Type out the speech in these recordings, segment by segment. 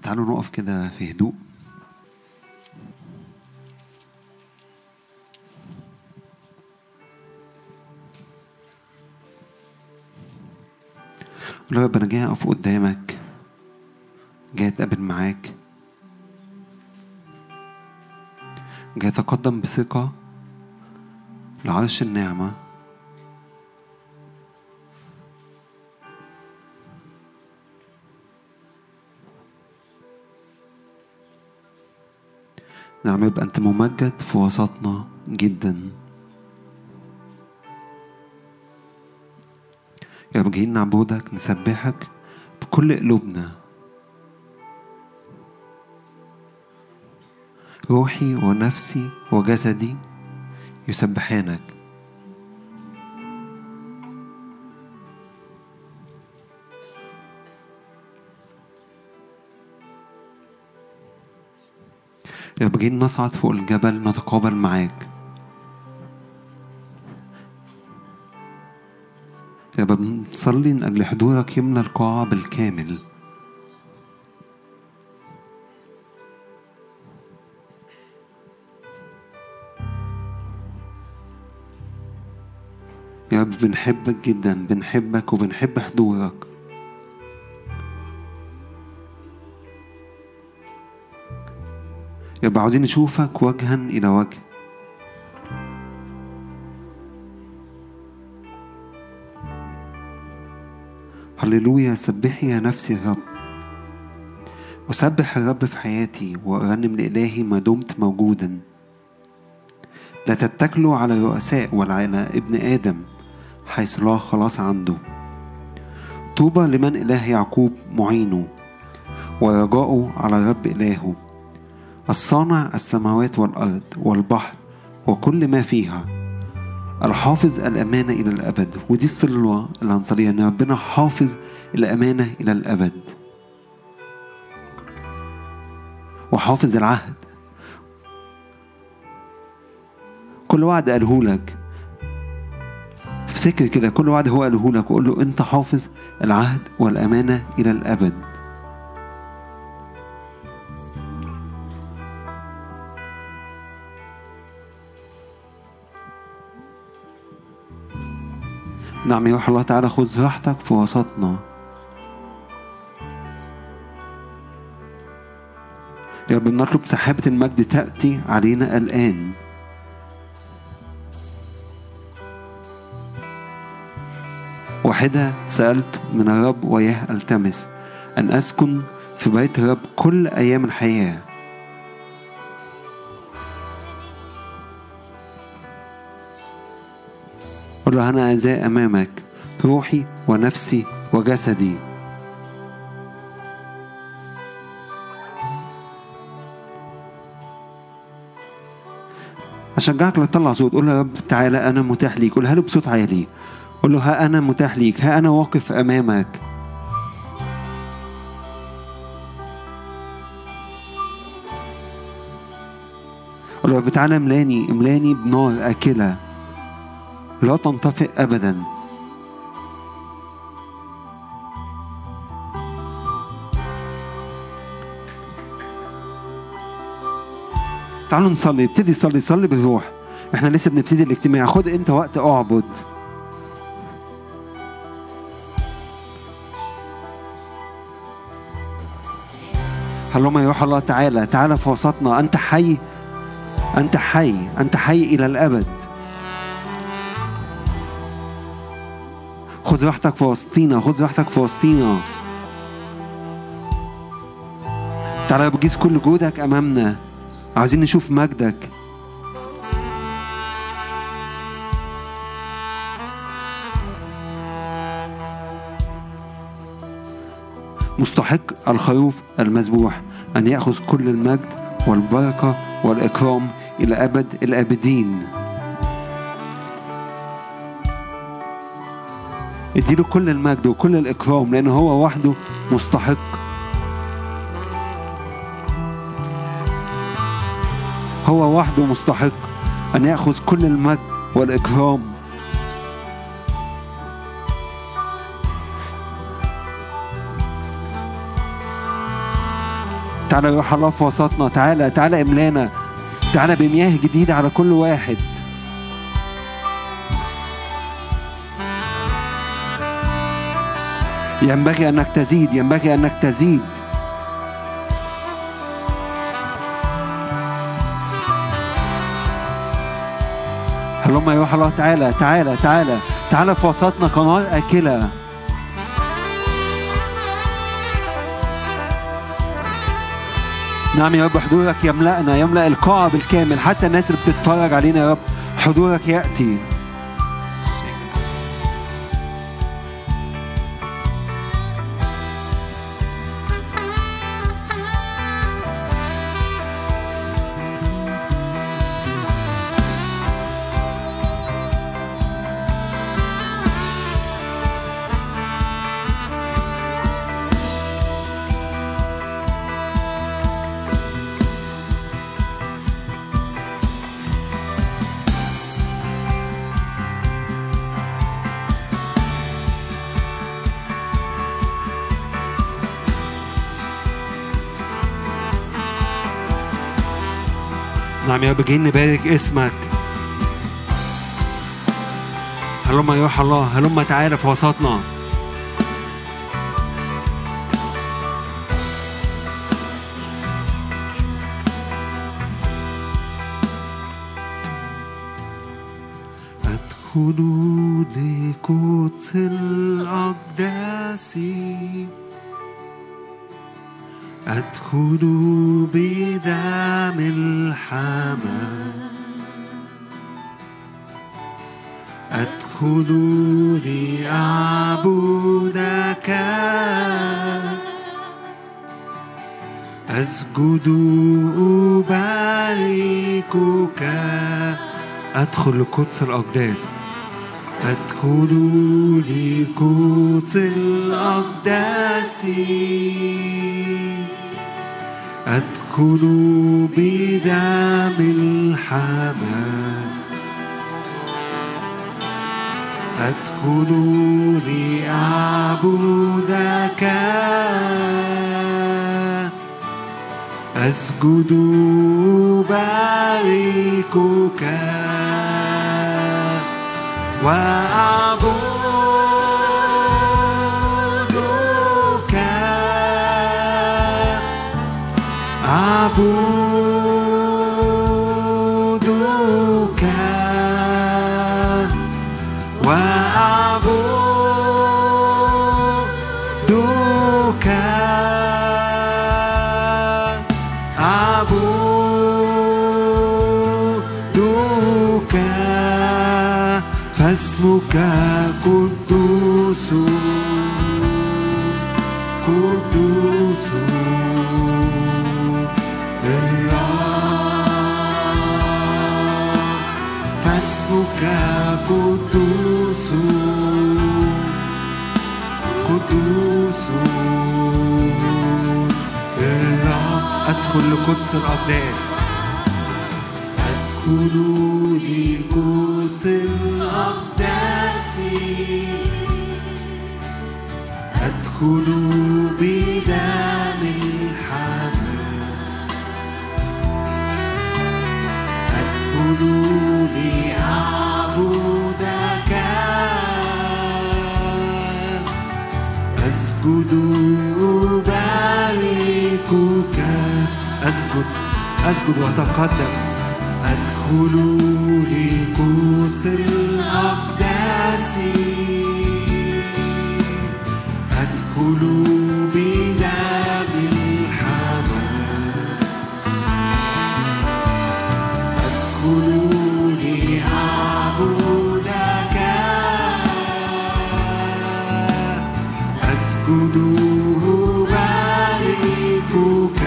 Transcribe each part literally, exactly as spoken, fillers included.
تعالوا نقف كده في هدوء. قول يا رب أنا جاي أقف قدامك، جاي أتقابل معاك، جاي أتقدم بثقة لعرش النعمة. نعم يبقى أنت ممجد في وسطنا جدا. يا رب جايين نعبدك نسبحك بكل قلوبنا، روحي ونفسي وجسدي يسبحانك. يا رب جايين نصعد فوق الجبل نتقابل معاك. يا رب بنصلي من أجل حضورك يملى القاعة بالكامل. يا رب بنحبك جدا، بنحبك وبنحب حضورك. يا رب عاوزين نشوفك وجها إلى وجه. هللويا. سبحي يا نفسي الرب، أسبح الرب في حياتي وأرنم لإلهي ما دمت موجودا. لا تتكلوا على الرؤساء ولا على ابن آدم حيث لا خلاص عنده. طوبى لمن إله يعقوب معينه ورجاؤه على الرب إلهه، الصانع السماوات والأرض والبحر وكل ما فيها، الحافظ الأمانة إلى الأبد. ودي الصلوة اللي هنصليها، إن ربنا حافظ الأمانة إلى الأبد وحافظ العهد. كل وعد قاله لك، افتكر كده كل وعد هو قاله لك وقول له أنت حافظ العهد والأمانة إلى الأبد. نعم يا روح الله، تعالى خذ راحتك في وسطنا. يا رب نطلب سحابة المجد تأتي علينا الآن. واحدة سألت من الرب وياه ألتمس أن أسكن في بيت الرب كل أيام الحياة. قل له أنا أزاء أمامك روحي ونفسي وجسدي. أشجعك لتطلع صوت، قل له يا رب تعالى أنا متاح ليك. قولها له بصوت عالي، قل له ها أنا متاح ليك، ها أنا واقف أمامك. قل له يا رب تعالى املاني املاني بنار آكلة لا تنطفئ أبدا. تعالوا نصلي، ابتدي صلي صلي بالروح. احنا لسه بنبتدي الاجتماع، خد انت وقت اعبد. هلما يا روح الله، تعالى تعالى في وسطنا. انت حي، انت حي، انت حي الى الابد. خذ راحتك في وسطينا، خذ راحتك في وسطينا. تعالى بجيز كل جهودك امامنا، عايزين نشوف مجدك. مستحق الخروف المذبوح أن يأخذ كل المجد والبركة والإكرام إلى أبد الآبدين. اديله كل المجد وكل الإكرام لأنه هو وحده مستحق. هو وحده مستحق أن يأخذ كل المجد والإكرام. تعالى يا روح الله في وسطنا. تعالى تعالى املانا. تعالى بمياه جديدة على كل واحد. ينبغي أنك تزيد، ينبغي أنك تزيد. هلما يا روح الله تعالى تعالى تعالى تعالى في وسطنا كنار آكلة. نعم يا رب، حضورك يملأنا، يملأ القاعة بالكامل، حتى الناس اللي بتتفرج علينا يا رب حضورك يأتي. نعم يا رب، جايين نبارك اسمك. هلما يا روح الله، هلما تعالى في وسطنا. أدخل لقدس الأقداس، أدخل بدم الحمام، أدخل لأعبدك، أسجد أباركك. أدخل لقدس الأقداس، أدخل لقدس الأقداس، أدخل بدم الحمام، أدخل لأعبدك، أسجد أباركك وأعبدك، أعبدك وأعبدك، أعبدك، فاسمك قدوس قدوس فاسمك قدوس قدوس. أدخل لقدس الأقداس، أدخل لقدس الأقداس، أدخل بدم الحمام، أدخل لأعبدك، أسجد أباركك. أسجد أسجد وأتقدم. أدخل لقدس الأقداس، أدخل بدم الحمام، أدخل لأعبدك، أسجد أباركك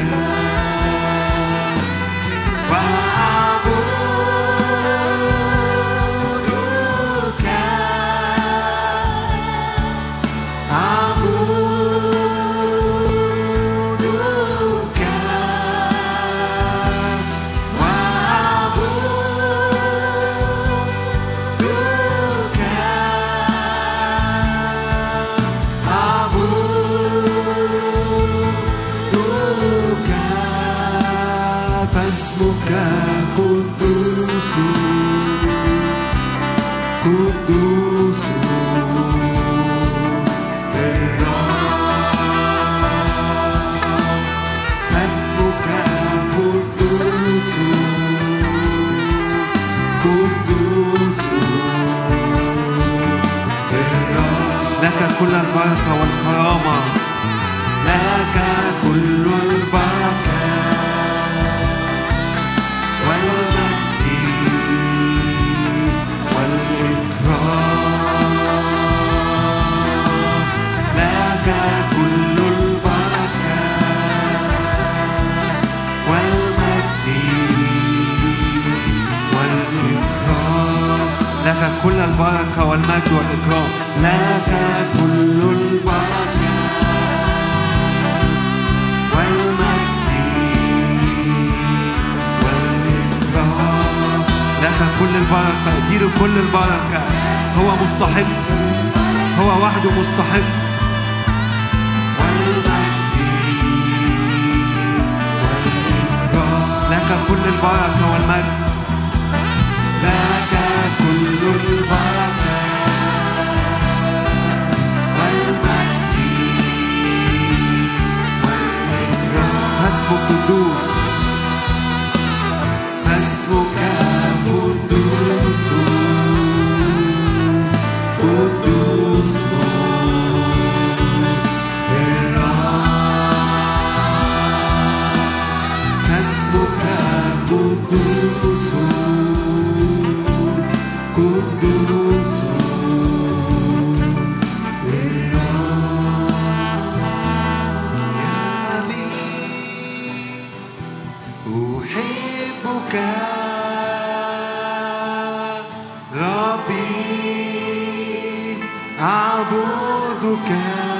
وأعبدك، أعبدك فاسمك قدوس قدوس لك كل البركة والكرامة، لك كل البركة والمجد والإكرام، لك كل البركة والمجد والإكرام، لك كل البركة والمجد والإكرام، لك كل البركة والمجد والإكرام، لك كل البركة. اديله كل البركة، هو مستحق، هو وحده مستحق. والمجد والإكرام، لك كل البركة والمجد، لك كل البركة فاسمك قدوس، فاسمك قدوس قدوس فاسمك قدوس قدوس أحبك ربي أعبدك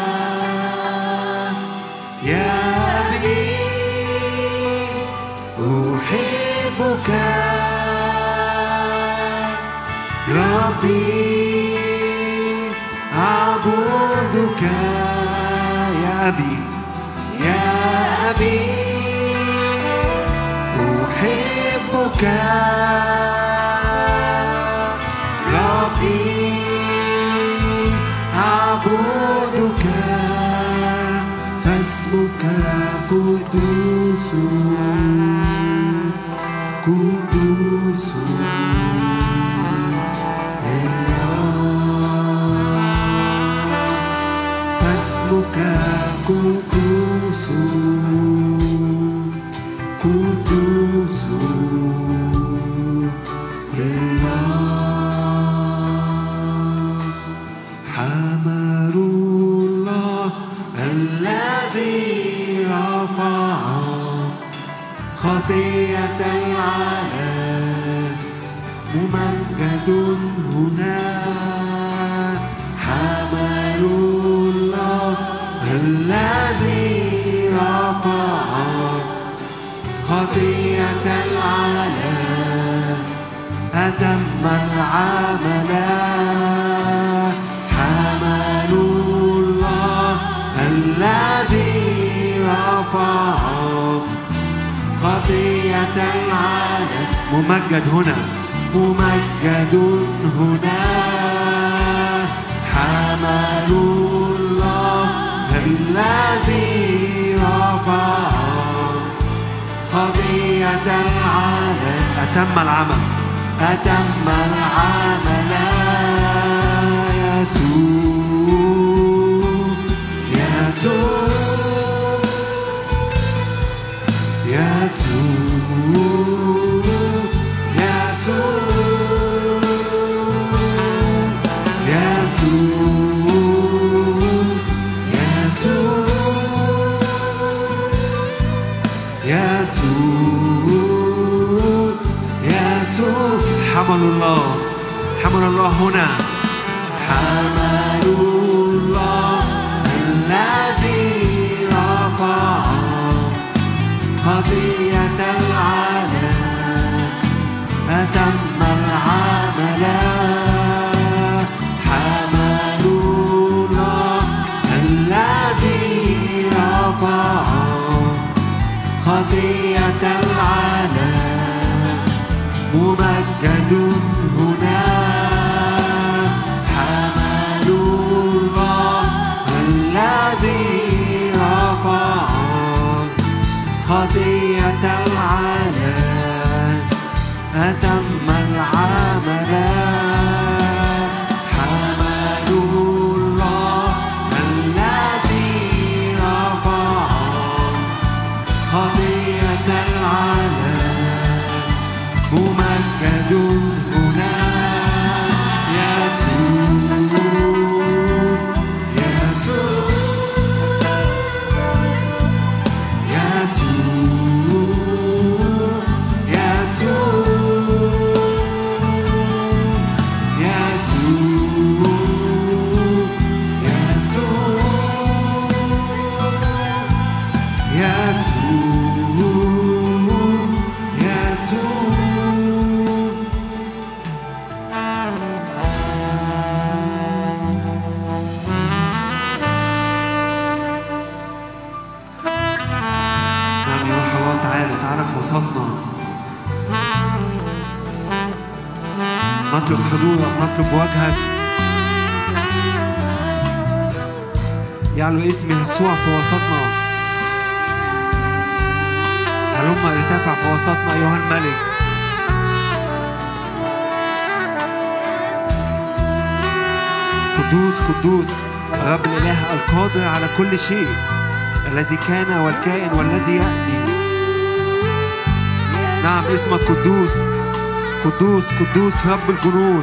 يا أبي، أحبك ربي أعبدك يا أبي، يا أبي أحبك ربي أعبدك، فاسمك قدوس قدوس فاسمك قدوس قدوس حمل الله الذي رفع خطية العالم ممجد هنا، حمل الله الذي رفع خطية العالم أتم العمل، حمل الله الذي رفع خطية العالم ممجد هنا، ممجد هنا، حمل الله الذي رفع خطية العالم أتم العمل، أتم العمل يسوع يسوع يسوع يسوع يسوع يسوع يسوع حمل الله، حمل الله هنا، حمل الله الذي رفع خطية العالم أتم العمل، حمل الله الذي رفع خطية العالم ممجد هنا حمل الله الذي رفع خطية العالم أتم العمل حمل الله الذي رفع خطية العالم ممجد هنا يسوع يسوع نطلب حضورك، نطلب وجهك. يعلو اسم يسوع في وسطنا. هلم ارتفع في وسطنا أيها الملك. قدوس قدوس رب الإله القادر على كل شيء، الذي كان والكائن والذي يأتي. نعم اسمك قدوس قدوس قدوس رب الجنود.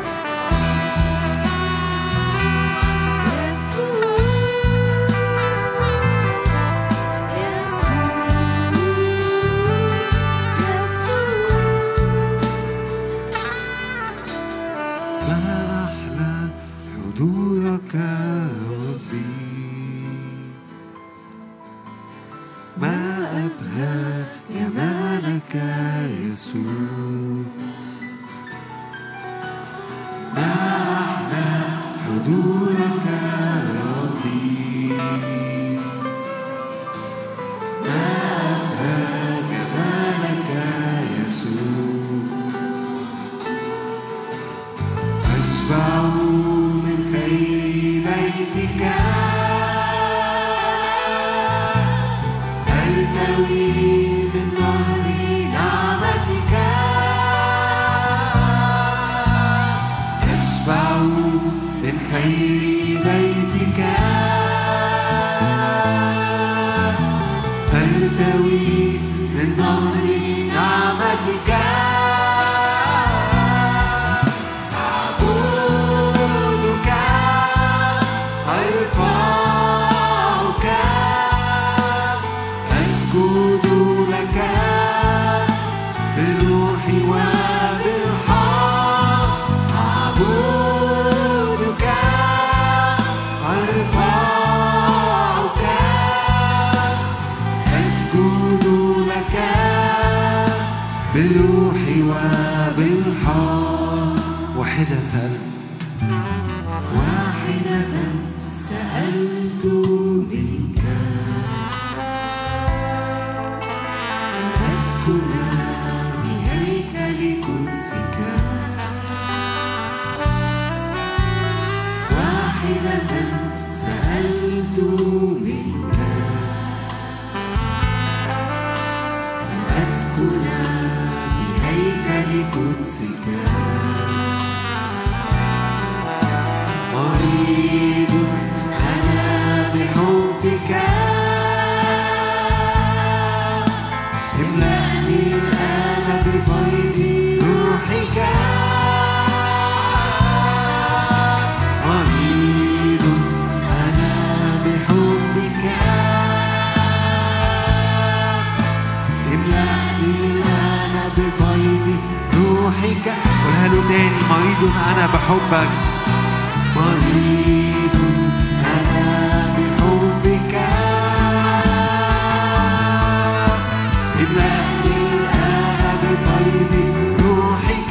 ما أحلى حضورك ربي، ما أبهى جمالك يسوع. ما أحلى حضورك ربي، ما أبهى جمالك يسوع. أشبع من خير بيتك، أرتوي من نهر نعمتك. أشبع من خير بيتك، أرتوي من نهر نعمتك. أعبدك أرفعك أسجد لك بالروح وبالحق. أعبدك أرفعك أسجد لك بالروح وبالحق. واحدة سألت واحدة سألت منك أسكن بهيكل قدسك. واحدة سألت منك أسكن بهيكل قدسك. مريض أنا بحبك، املأني الآن بفيض روحك. مريض أنا بحبك، املأني الآن بفيض روحك. قولها له تاني، مريض أنا بحبك، مريض أنا بحبك، املأني الآن بفيض روحك.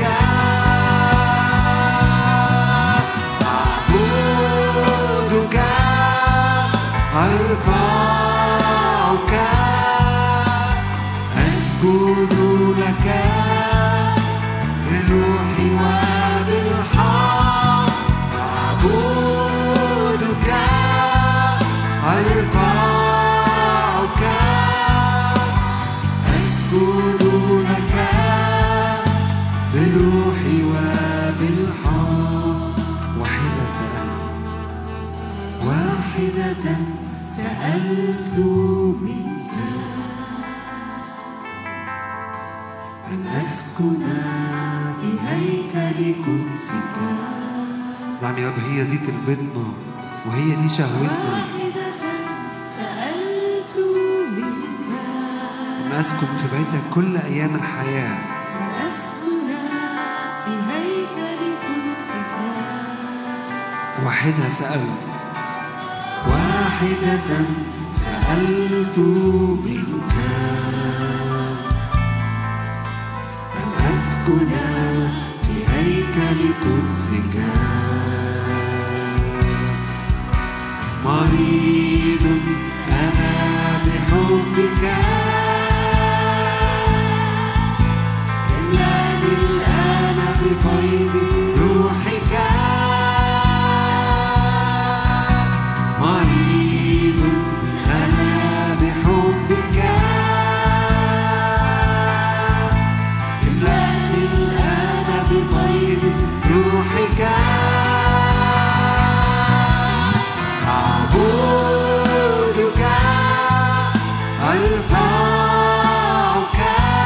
أعبدك أرفعك أسجد لك بالروح وبالحق، أعبدك أرفعك، أسجد لك بالروح وبالحق. واحدة سألت واحدة سألت منك أن أسكن في هيكل قدسك. نعم يا رب، هي دي طلبتنا وهي دي شهوتنا. واحدة سألت منك أن أسكن في بيتك كل أيام الحياة، أن أسكن في هيكل قدسك. واحدة سألت واحدة سألت منك أن أسكن في هيكل قدسك. مريض أنا بحبك، املأني الآن بفيض روحك. مريض أنا بحبك، املأني الآن بفيض روحك. أعبدك أرفعك،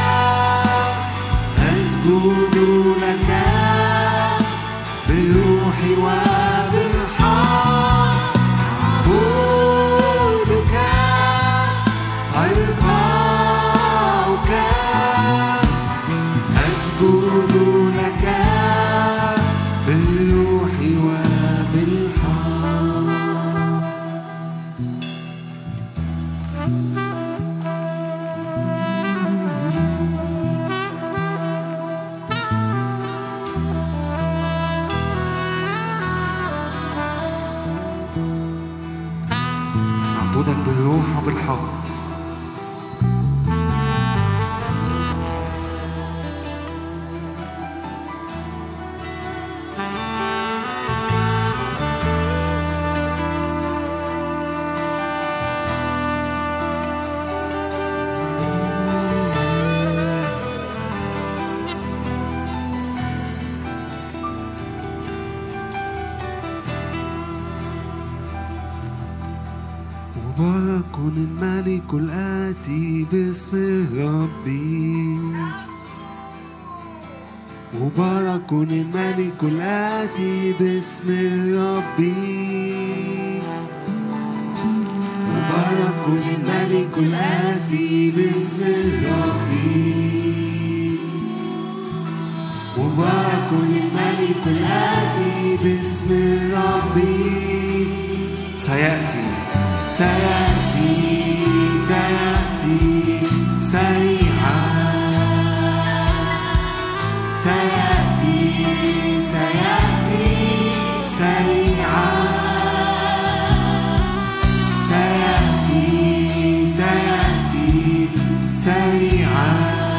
أسجد لك بالروح وبالحق. أعبدك أرفعك، أسجد لك بالروح وبالحق. أعبدك بالروح وبالحق. مبارك الملك الآتي باسم ربي، مبارك الملك الآتي باسم ربي، مبارك الملك الآتي باسم ربي، مبارك الملك الآتي باسم ربي. سيأتي سيأتي سيأتي سريعا، سيأتي سيأتي سريعا، سيأتي سيأتي سريعا،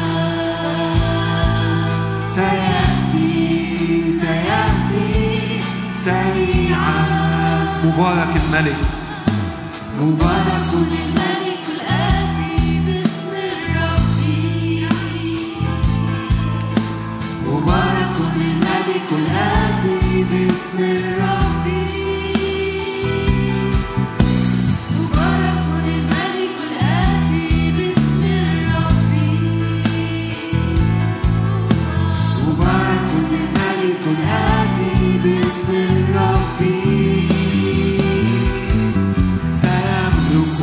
سيأتي سيأتي سريعا. مبارك الملك، مبارك الملك الآتي باسم ربي، مبارك الملك الآتي باسم ربي، مبارك الملك الآتي باسم ربي، مبارك الملك الآتي باسم ربي. سيملك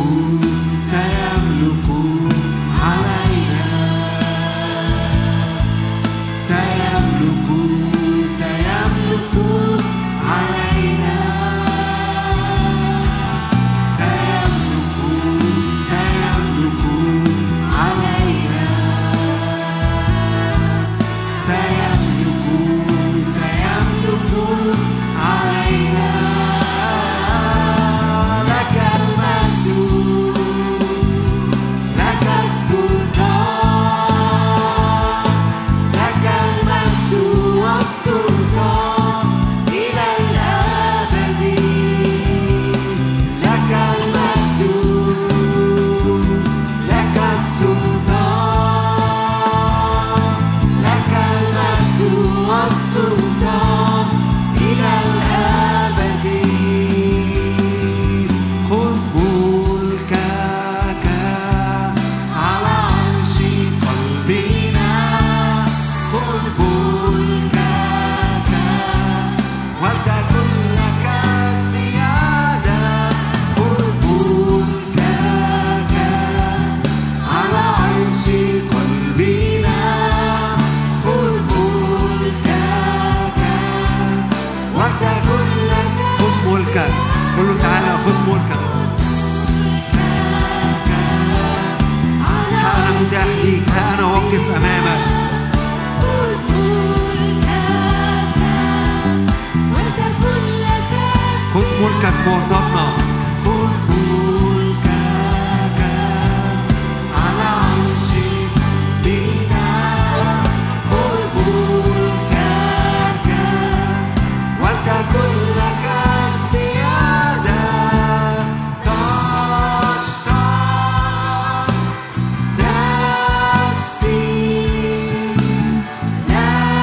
في وسطنا. خذ ملكك على عرش بنا، خذ ملكك ولتكن لك السيادة. تشتاق نفسي لك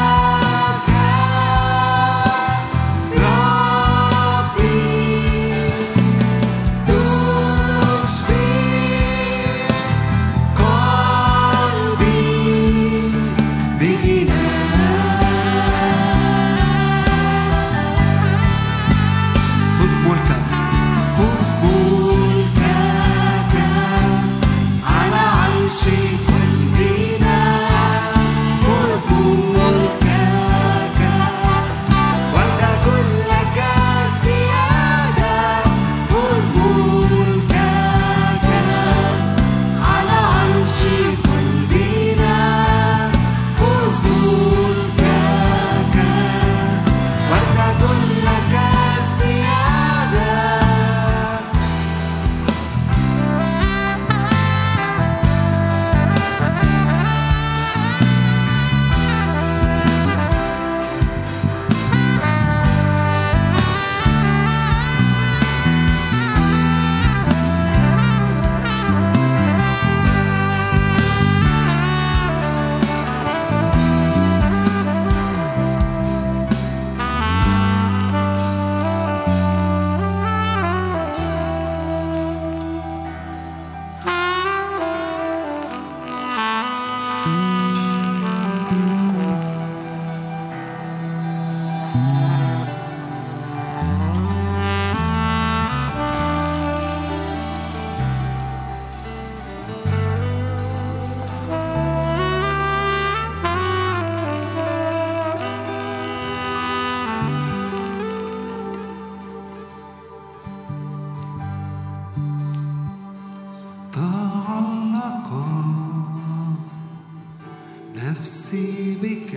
نفسي بك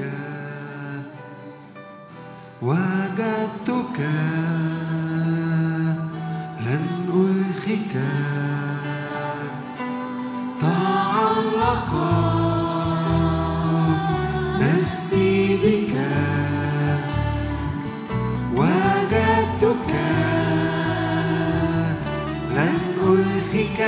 وجدتك لن أرخك. تعلق نفسي بك وجدتك لن أرخك.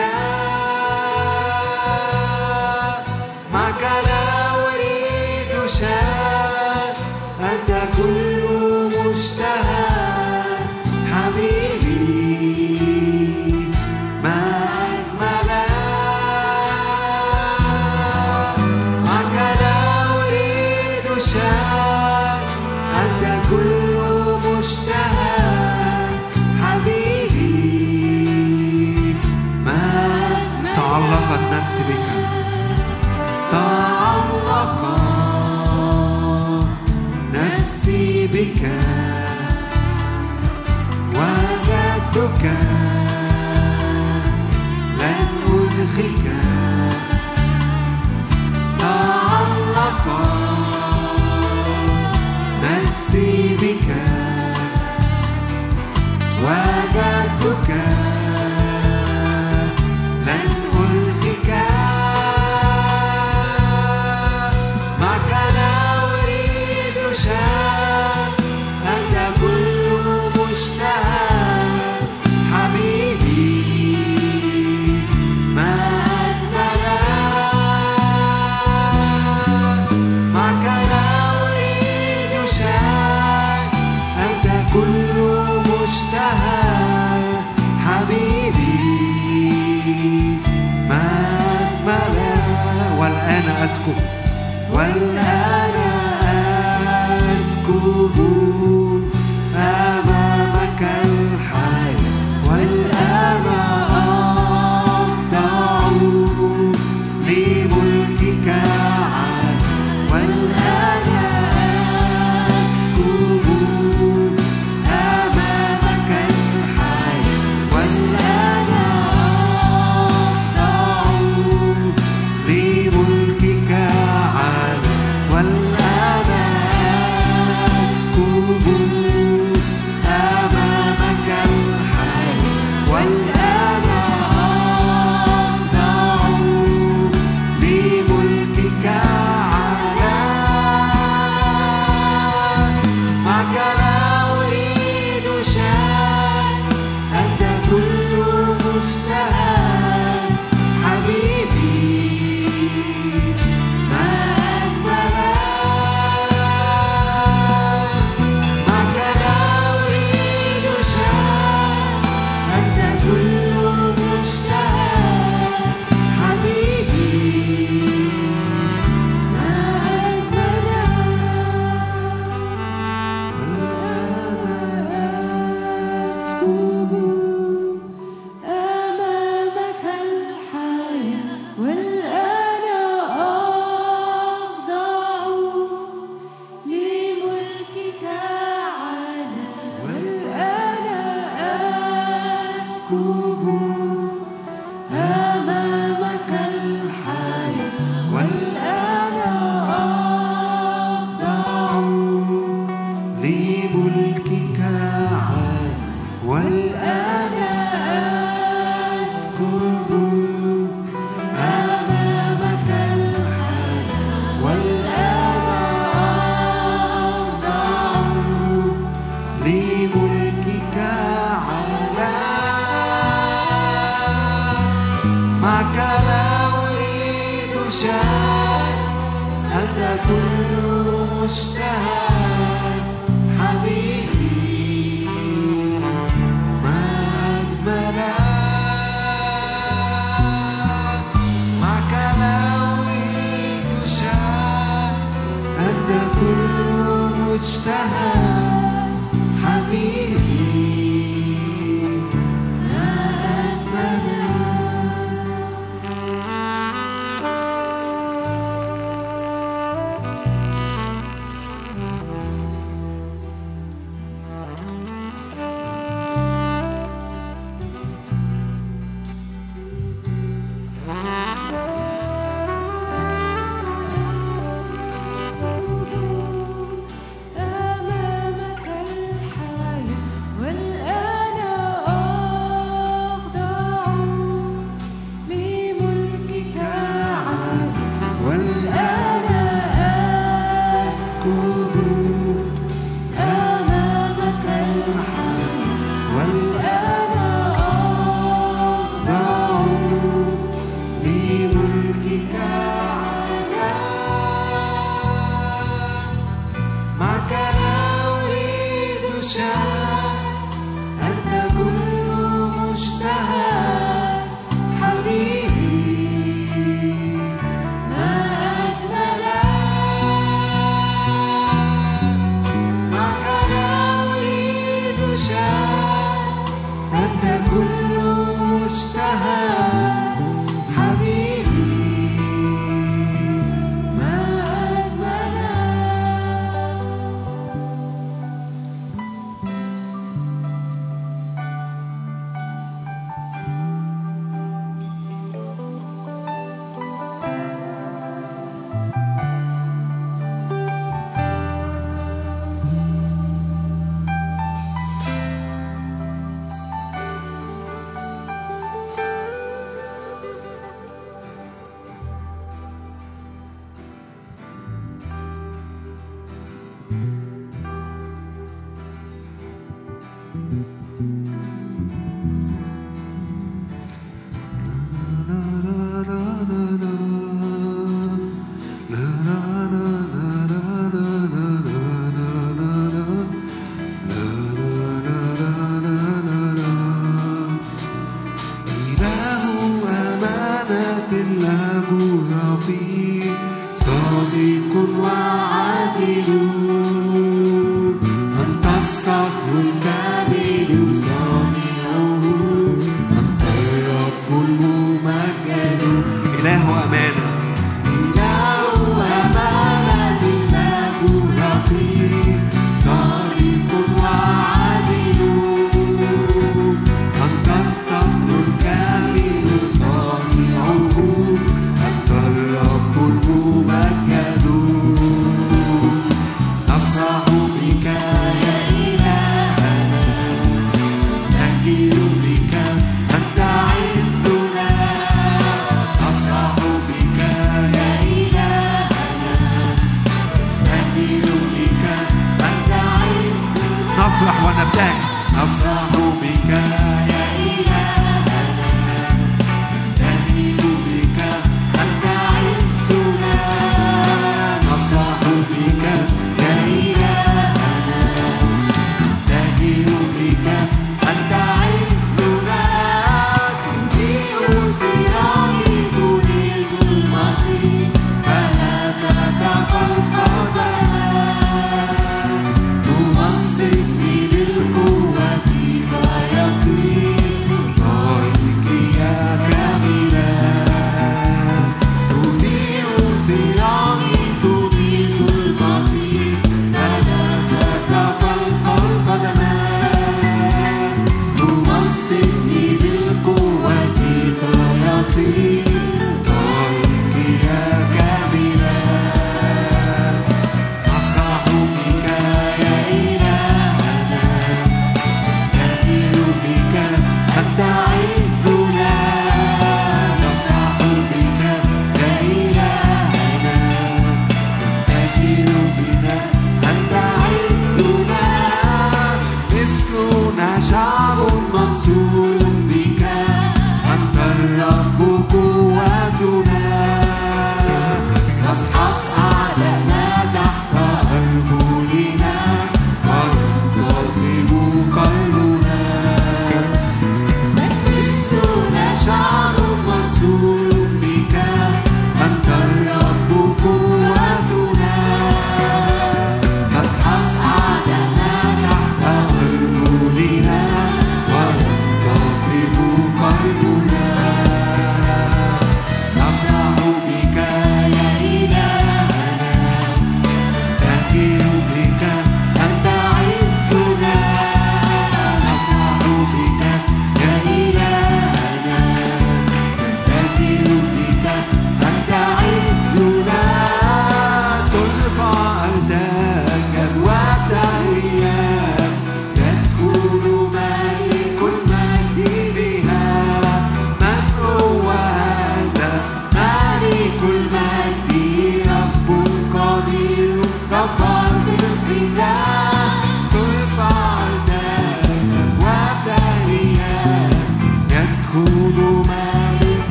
معك لا أريد شيء، أنت كل مشتهى حبيبي. ما أجمل معك لا أريد شيء، أنت كل مشتهى حبيبي. ما تعلقت نفسي بك، تعلق نفسي بك وجدتك لن أرخك. تعلق نفسي بك وجدتك لن أرخك. معك لا أريد شيء، أنت كل مشتهى حبيبي. ما أجمل معك لا أريد شيء، أنت كل مشتهى حبيبي. ما أجمل والآن أسكب والآن أسكب أمامك الحياة، والآن أخضع لملكك عاد، والآن أسكب أمامك الحياة، والآن أخضع لملكك عاد، والآن أسكب تشاء أنت كل مشتهى حبيبي ما أجملك معك لو تشاء أنت كل مشتهى حبيبي الرب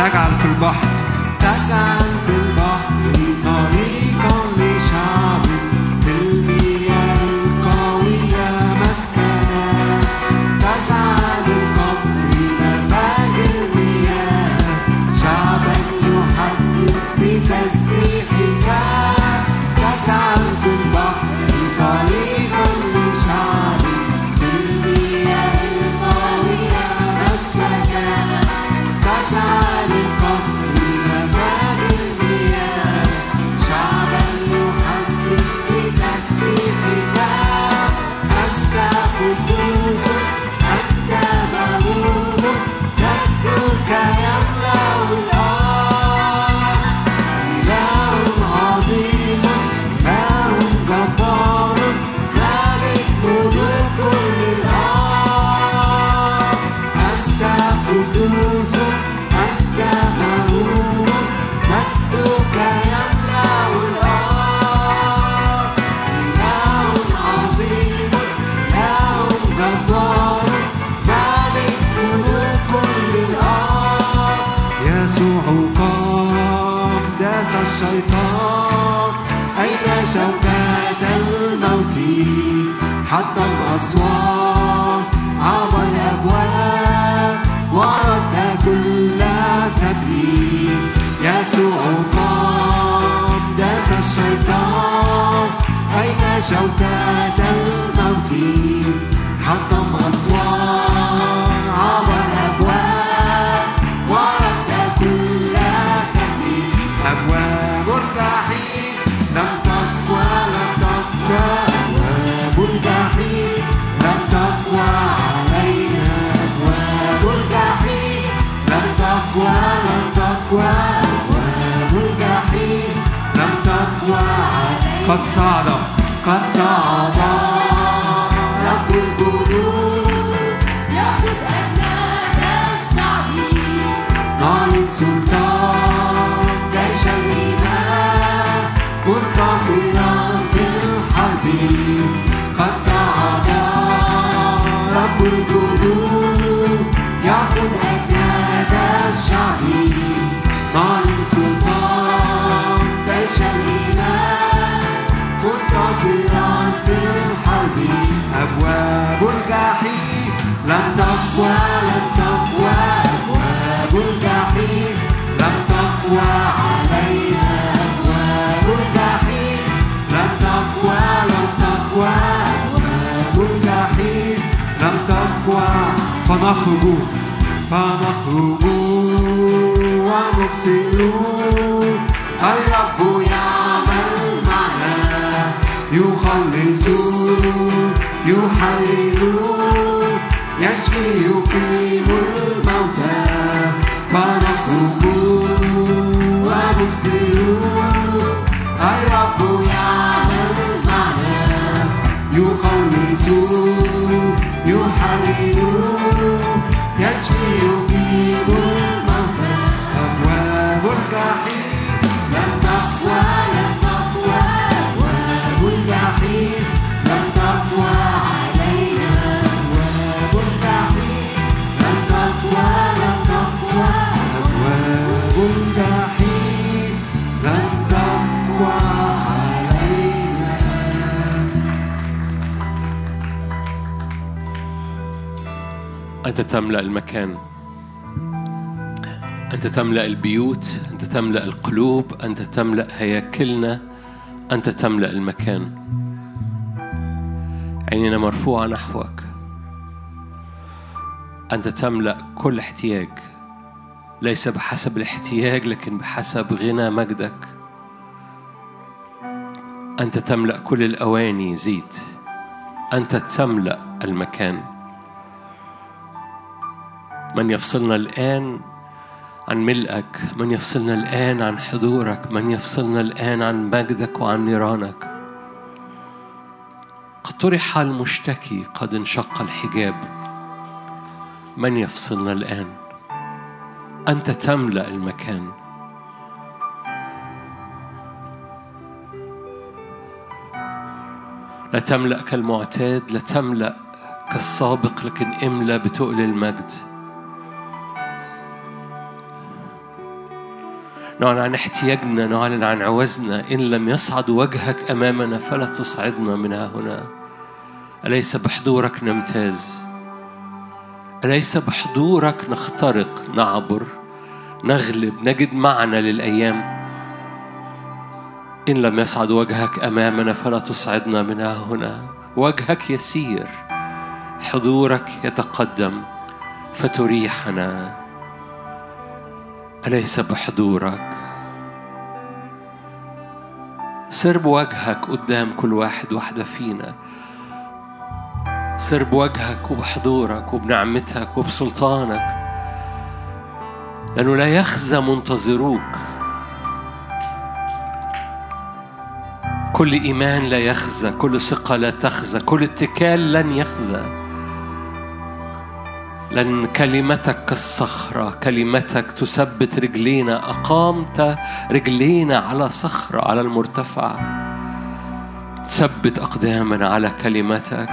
تجعل في البحر تجعل في البحر طريقا لشعب في المياه القوية مسكنا تجعل القفر مفاجر مياه شعبا يحدث بتسبيحك تجعل في البحر طريقا لشعب في المياه القوية مسكنا تجعل القفر مفاجر مياه شعبا يحدث بتسبيحك أنت قدوس أنت مهوب مجدك يملأ الأرض إله عظيم إله جبار مالك ملوك كل الأرض أنت قدوس أنت مهوب مجدك يملأ الأرض إله عظيم إله جبار مالك ملوك كل الأرض يسوع قام داس الشيطان أين شوكات الموت حتى الأسوار عبر الأبواب ورد كل سبيل يسوع قام داس الشيطان أين شوكات الموت حتى الأسوار عبر الأبواب ورد كل سبيل أبواب الجحيم لم تقوى لم تقوى أبواب الجحيم لم تقوى علينا أبواب الجحيم لم تقوى لم تقوى أبواب الجحيم لم تقوى علينا قد صعد قد صعد رب الجنود يقود أجناد الشعب نعلن سلطان جيش الإيمان منتصرا في الحرب قد صعد رب الجنود يقود أجناد الشعب نعلن سلطان جيش الإيمان منتصرا في الحرب أبواب الجحيم لم تقوى لم تقوى أبواب الجحيم لم تقوى علينا أبواب الجحيم لم تقوى لم تقوى أبواب الجحيم لم تقوى فنخرج فنخرج ونبصر الرب يعمل معنا يخلص يحرر يشفي يقيم الموتى فنخرج ونبصر الرب يعمل معنا يخلص يحرر يشفي يقيم الموتى أبواب الجحيم لم تقوى لم تقوى أبواب الجحيم لم تقوى علينا أبواب الجحيم لم تقوى لم تقوى أبواب الجحيم لم تقوى علينا. أنت تملأ المكان، أنت تملأ البيوت، أنت تملأ القلوب، أنت تملأ هياكلنا، أنت تملأ المكان. عيننا مرفوعة نحوك، أنت تملأ كل احتياج، ليس بحسب الاحتياج لكن بحسب غنى مجدك. أنت تملأ كل الأواني زيت، أنت تملأ المكان. من يفصلنا الآن عن ملئك؟ من يفصلنا الآن عن حضورك؟ من يفصلنا الآن عن مجدك وعن نيرانك؟ قد طرح المشتكي، قد انشق الحجاب. من يفصلنا الآن؟ أنت تملأ المكان. لا تملأ كالمعتاد، لا تملأ كالسابق، لكن املأ بتقل المجد. نعلن عن احتياجنا، نعلن عن عوزنا. إن لم يصعد وجهك أمامنا فلا تصعدنا من ها هنا. أليس بحضورك نمتاز؟ أليس بحضورك نخترق، نعبر، نغلب، نجد معنى للأيام؟ إن لم يصعد وجهك أمامنا فلا تصعدنا من ها هنا. وجهك يسير، حضورك يتقدم فتريحنا. أليس بحضورك؟ سر بوجهك قدام كل واحد واحدة فينا. سر بوجهك وبحضورك وبنعمتك وبسلطانك، لأنه لا يخزى منتظروك. كل إيمان لا يخزى، كل ثقة لا تخزى، كل اتكال لن يخزى، لأن كلمتك كالصخرة، كلمتك تثبت رجلينا. أقامت رجلينا على صخرة، على المرتفع. ثبت أقدامنا على كلمتك.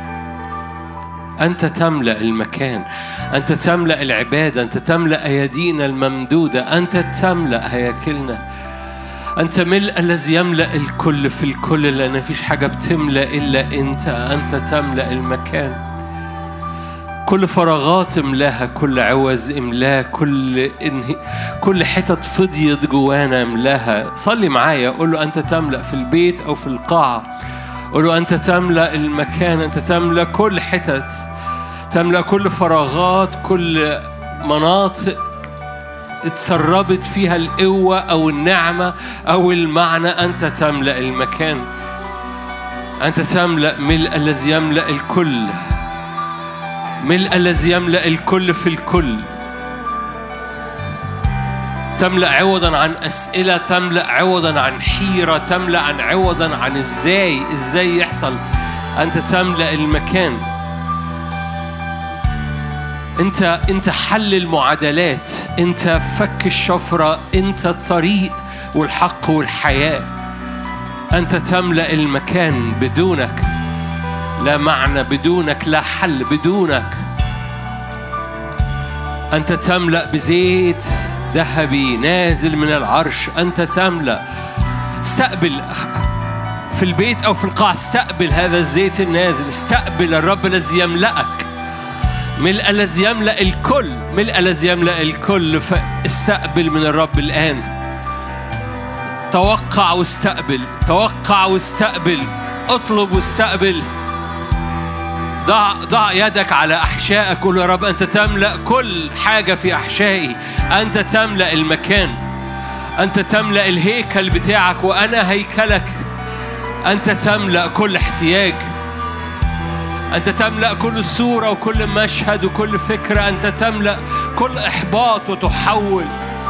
أنت تملأ المكان، أنت تملأ العبادة، أنت تملأ أيدينا الممدودة، أنت تملأ هياكلنا. أنت ملء الذي يملأ الكل في الكل، لأن مفيش حاجة بتملأ إلا أنت. أنت تملأ المكان. كل فراغات املاها، كل عوز املاها، كل انه... كل حتت فضيت جوانا املاها. صلي معايا، قول له أنت تملأ في البيت أو في القاعة. قول له أنت تملأ المكان، أنت تملأ كل حتت، تملأ كل فراغات، كل مناطق اتسربت فيها القوة أو النعمة أو المعنى. أنت تملأ المكان. أنت تملأ ملء الذي يملأ الكل، ملء الذي يملأ الكل في الكل. تملأ عوضا عن أسئلة، تملأ عوضا عن حيرة، تملأ عن عوضا عن إزاي إزاي يحصل. أنت تملأ المكان. أنت أنت حل المعادلات، أنت فك الشفرة، أنت الطريق والحق والحياة. أنت تملأ المكان. بدونك لا معنى، بدونك لا حل، بدونك. أنت تملأ بزيت ذهبي نازل من العرش. أنت تملأ. استقبل في البيت أو في القاعة، استقبل هذا الزيت النازل. استقبل الرب الذي يملأك، ملء الذي يملأ الكل، ملء الذي يملأ الكل. فاستقبل من الرب الآن. توقع واستقبل، توقع واستقبل، اطلب واستقبل. ضع ضع يدك على أحشائك. قول يا رب أنت تملأ كل حاجة في أحشائي. أنت تملأ المكان، أنت تملأ الهيكل بتاعك وأنا هيكلك. أنت تملأ كل احتياج، أنت تملأ كل صورة وكل مشهد وكل فكرة. أنت تملأ كل إحباط وتحول.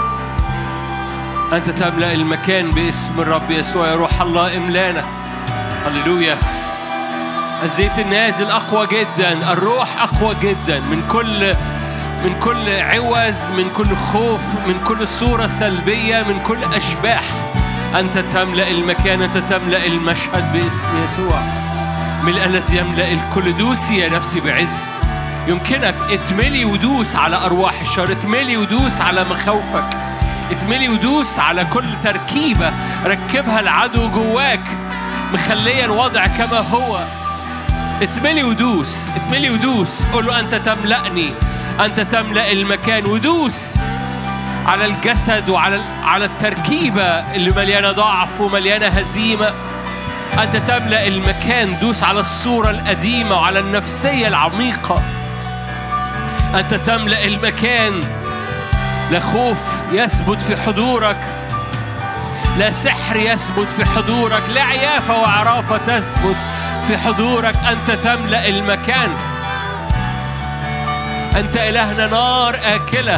أنت تملأ المكان باسم الرب يسوع. يا روح الله املانا. هللويا. الزيت النازل أقوى جدا، الروح أقوى جدا من كل من كل عوز، من كل خوف، من كل صورة سلبية، من كل أشباح. أنت تملأ المكان، أنت تملأ المشهد باسم يسوع. ملء الذي يملأ الكل. دوسي يا نفسي بعز. يمكنك اتملي ودوس على أرواح الشر، اتملي ودوس على مخاوفك، اتملي ودوس على كل تركيبة ركبها العدو جواك مخلية الوضع كما هو. اتملي ودوس، اتملي ودوس. قول له أنت تملأني، أنت تملأ المكان. ودوس على الجسد وعلى على التركيبة اللي مليانة ضعف ومليانة هزيمة. أنت تملأ المكان. دوس على الصورة القديمة وعلى النفسية العميقة. أنت تملأ المكان. لا خوف يثبت في حضورك، لا سحر يثبت في حضورك، لا عيافة وعرافة تثبت في حضورك. أنت تملأ المكان. أنت إلهنا نار آكلة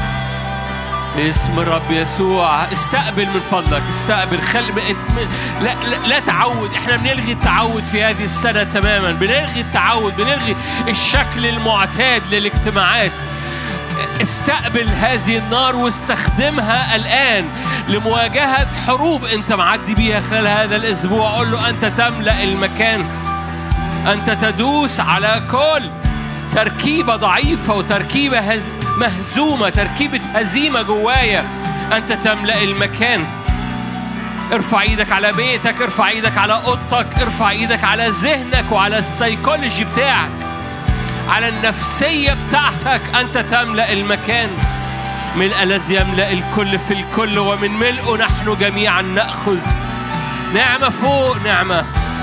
باسم الرب يسوع. استقبل من فضلك، استقبل. خل... لا, لا, لا تعود. احنا بنلغي التعود في هذه السنة تماما. بنلغي التعود، بنلغي الشكل المعتاد للاجتماعات. استقبل هذه النار واستخدمها الآن لمواجهة حروب انت معدي بيها خلال هذا الأسبوع. قل له أنت تملأ المكان. أنت تدوس على كل تركيبة ضعيفة وتركيبة هز... مهزومة، تركيبة هزيمة جوايا. أنت تملأ المكان. ارفع ايدك على بيتك، ارفع ايدك على اوضتك، ارفع ايدك على ذهنك وعلى السيكولوجي بتاعك، على النفسية بتاعتك. أنت تملأ المكان. ملء الذي يملأ الكل في الكل، ومن ملئه نحن جميعا نأخذ نعمة فوق نعمة.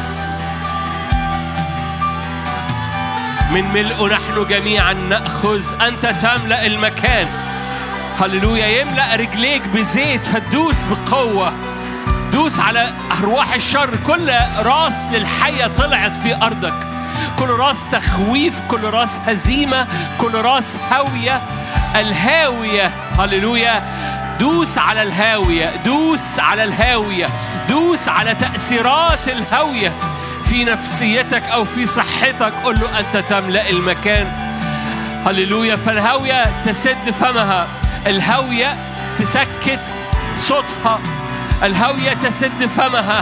من ملئه نحن جميعا نأخذ. أنت تملأ المكان. هللويا. يملأ رجليك بزيت فتدوس بقوة. دوس على أرواح الشر. كل راس للحية طلعت في أرضك، كل راس تخويف، كل راس هزيمة، كل راس هاوية. الهاوية هللويا. دوس على الهاوية، دوس على الهاوية، دوس على تأثيرات الهاوية في نفسيتك أو في صحتك. قل له أنت تملأ المكان. هللويا. فالهاوية تسد فمها، الهاوية تسكت صوتها، الهاوية تسد فمها.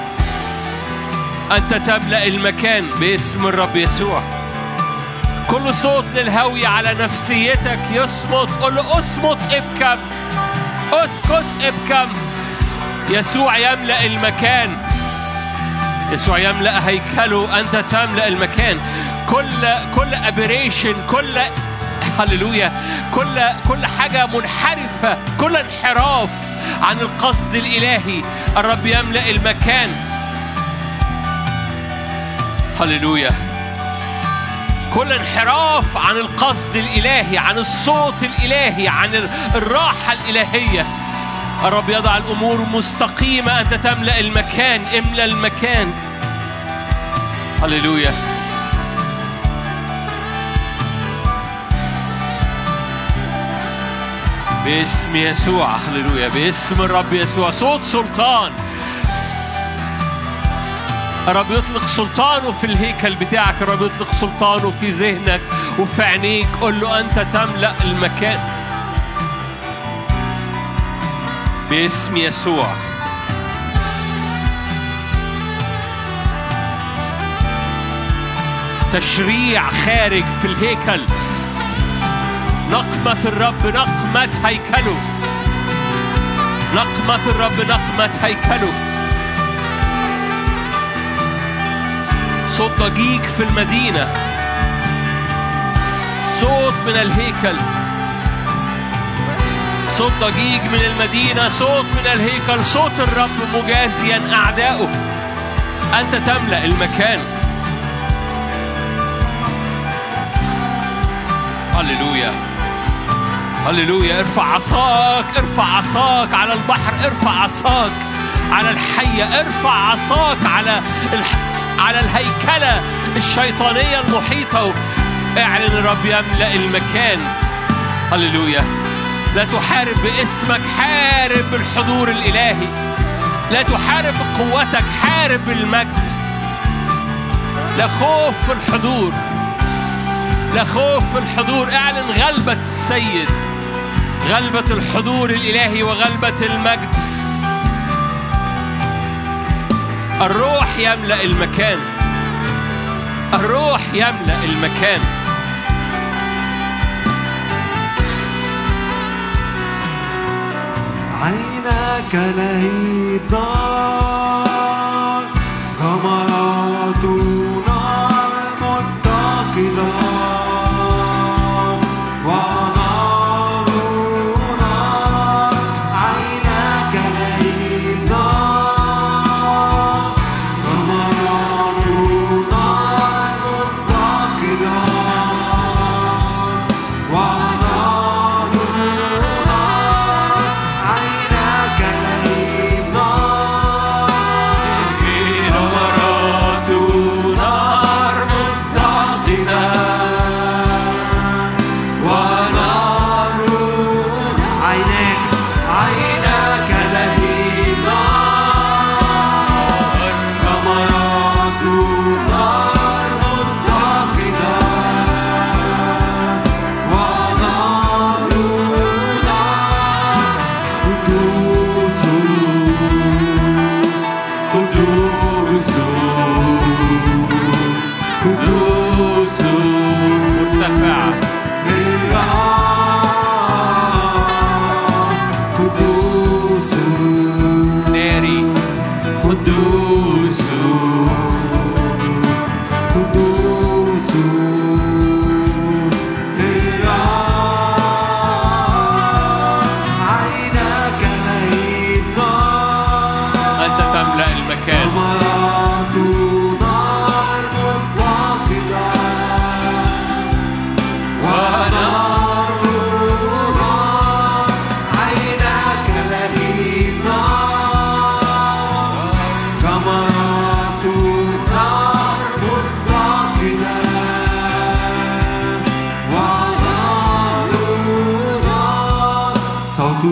أنت تملأ المكان باسم الرب يسوع. كل صوت للهاوية على نفسيتك يصمت. قل له اصمت، ابكم، اسكت، ابكم. يسوع يملأ المكان. يسوع يملأ هيكله. أنت تملأ المكان. كل كل ابريشن، كل هللويا، كل كل حاجة منحرفة، كل انحراف عن القصد الإلهي، الرب يملأ المكان. هللويا. كل انحراف عن القصد الإلهي، عن الصوت الإلهي، عن الراحة الإلهية، الرب يضع الأمور مستقيمة. أنت تملأ المكان. املأ المكان. هللويا. باسم يسوع. هللويا. باسم الرب يسوع. صوت سلطان. الرب يطلق سلطانه في الهيكل بتاعك، الرب يطلق سلطانه في ذهنك وفي عينيك. قل له أنت تملأ المكان باسم يسوع. تشريع خارج في الهيكل. نقمة الرب، نقمة هيكله. نقمة الرب، نقمة هيكله. صوت ضجيج في المدينة، صوت من الهيكل، صوت ضجيج من المدينة، صوت من الهيكل، صوت الرب مجازيا أعداؤه. أنت تملأ المكان. هللويا. هللويا. ارفع عصاك، ارفع عصاك على البحر، ارفع عصاك على الحية، ارفع عصاك على الح... على الهيكلة الشيطانية المحيطة. اعلن الرب يملأ المكان. هللويا. لا تحارب باسمك، حارب بالحضور الإلهي. لا تحارب بقوتك، حارب بالمجد. لا خوف في الحضور، لا خوف في الحضور. اعلن غلبة السيد، غلبة الحضور الإلهي وغلبة المجد. الروح يملأ المكان. الروح يملأ المكان. عينك لهيب نار، غمرات نار متقدة، ونار نار. عينك لهيب نار، غمرات نار متقدة، ونار نار. عينك لهيب نار، غمرات نار متقدة، ونار. عينك عينك لهيب نار، غمرات نار متقدة، ونار نار. قدوس قدوس قدوس مرتفع. قدوس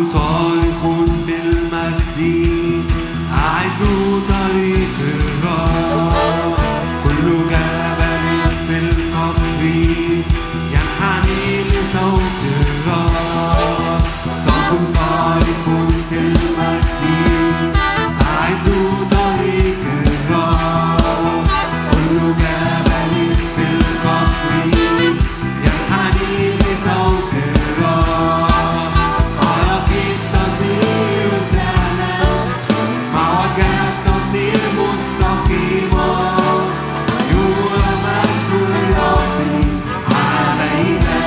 صارخ بالمجد أعدوا طريق الرب كل جبل في القفر ينحني لصوت الرب صوت صارخ في المجد أعدوا طريق الرب كل جبل في القفر ينحني لصوت الرب عراقيب تصير سهلا معوجات تصير مستقيمة يرى مجد الرب علينا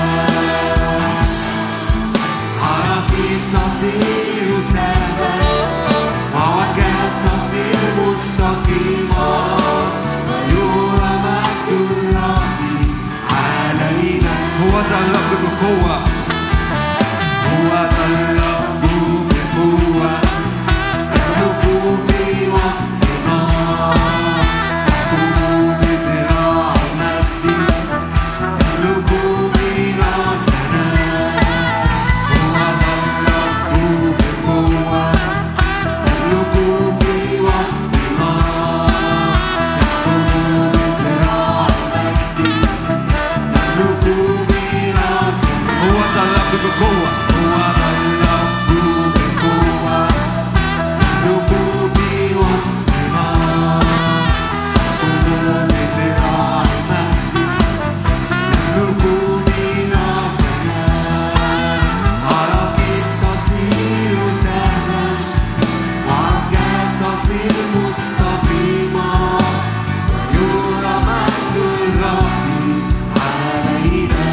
عراقيب تصير سهلا معوجات تصير مستقيمة يرى مجد الرب علينا هو ذا الرب بقوة هو ذا الرب بقوة يملك في وسطنا يحكم بذراع مجد يملك ميراثنا هو ذا الرب بقوة يملك في وسطنا يحكم بذراع مجد يملك ميراثنا هو ذا الرب بقوة هو ذا الرب بقوة يملك في وسطنا يحكم بذراع مجد يملك ميراثنا عراقيب تصير سهلا وعجات تصير مستقيمة ويرى مجد الرب علينا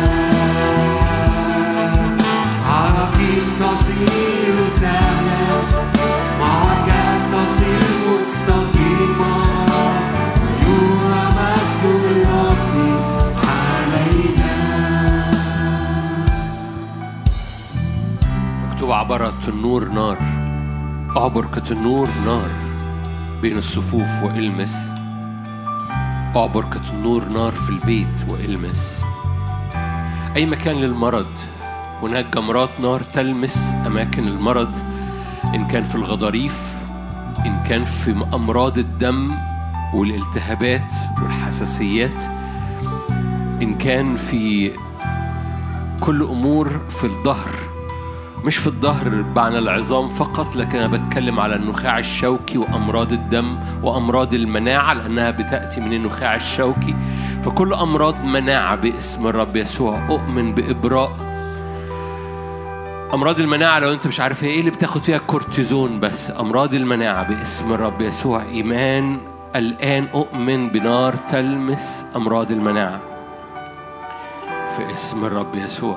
عراقيب تصير سهلا وعجات تصير مستقيمة ويرى مجد الرب علينا مكتوب عبرت النور نار اعبر كالنور نار بين الصفوف والمس اعبر كالنور نار في البيت والمس اي مكان للمرض هناك جمرات نار تلمس اماكن المرض ان كان في الغضاريف ان كان في امراض الدم والالتهابات والحساسيات ان كان في كل امور في الظهر مش في الظهر بمعنى العظام فقط لكن أنا بتكلم على النخاع الشوكي وأمراض الدم وأمراض المناعة لأنها بتأتي من النخاع الشوكي فكل أمراض مناعة باسم الرب يسوع أؤمن بإبراء أمراض المناعة لو أنت مش عارف إيه اللي بتاخد فيها كورتيزون بس أمراض المناعة باسم الرب يسوع إيمان الآن أؤمن بنار تلمس أمراض المناعة في اسم الرب يسوع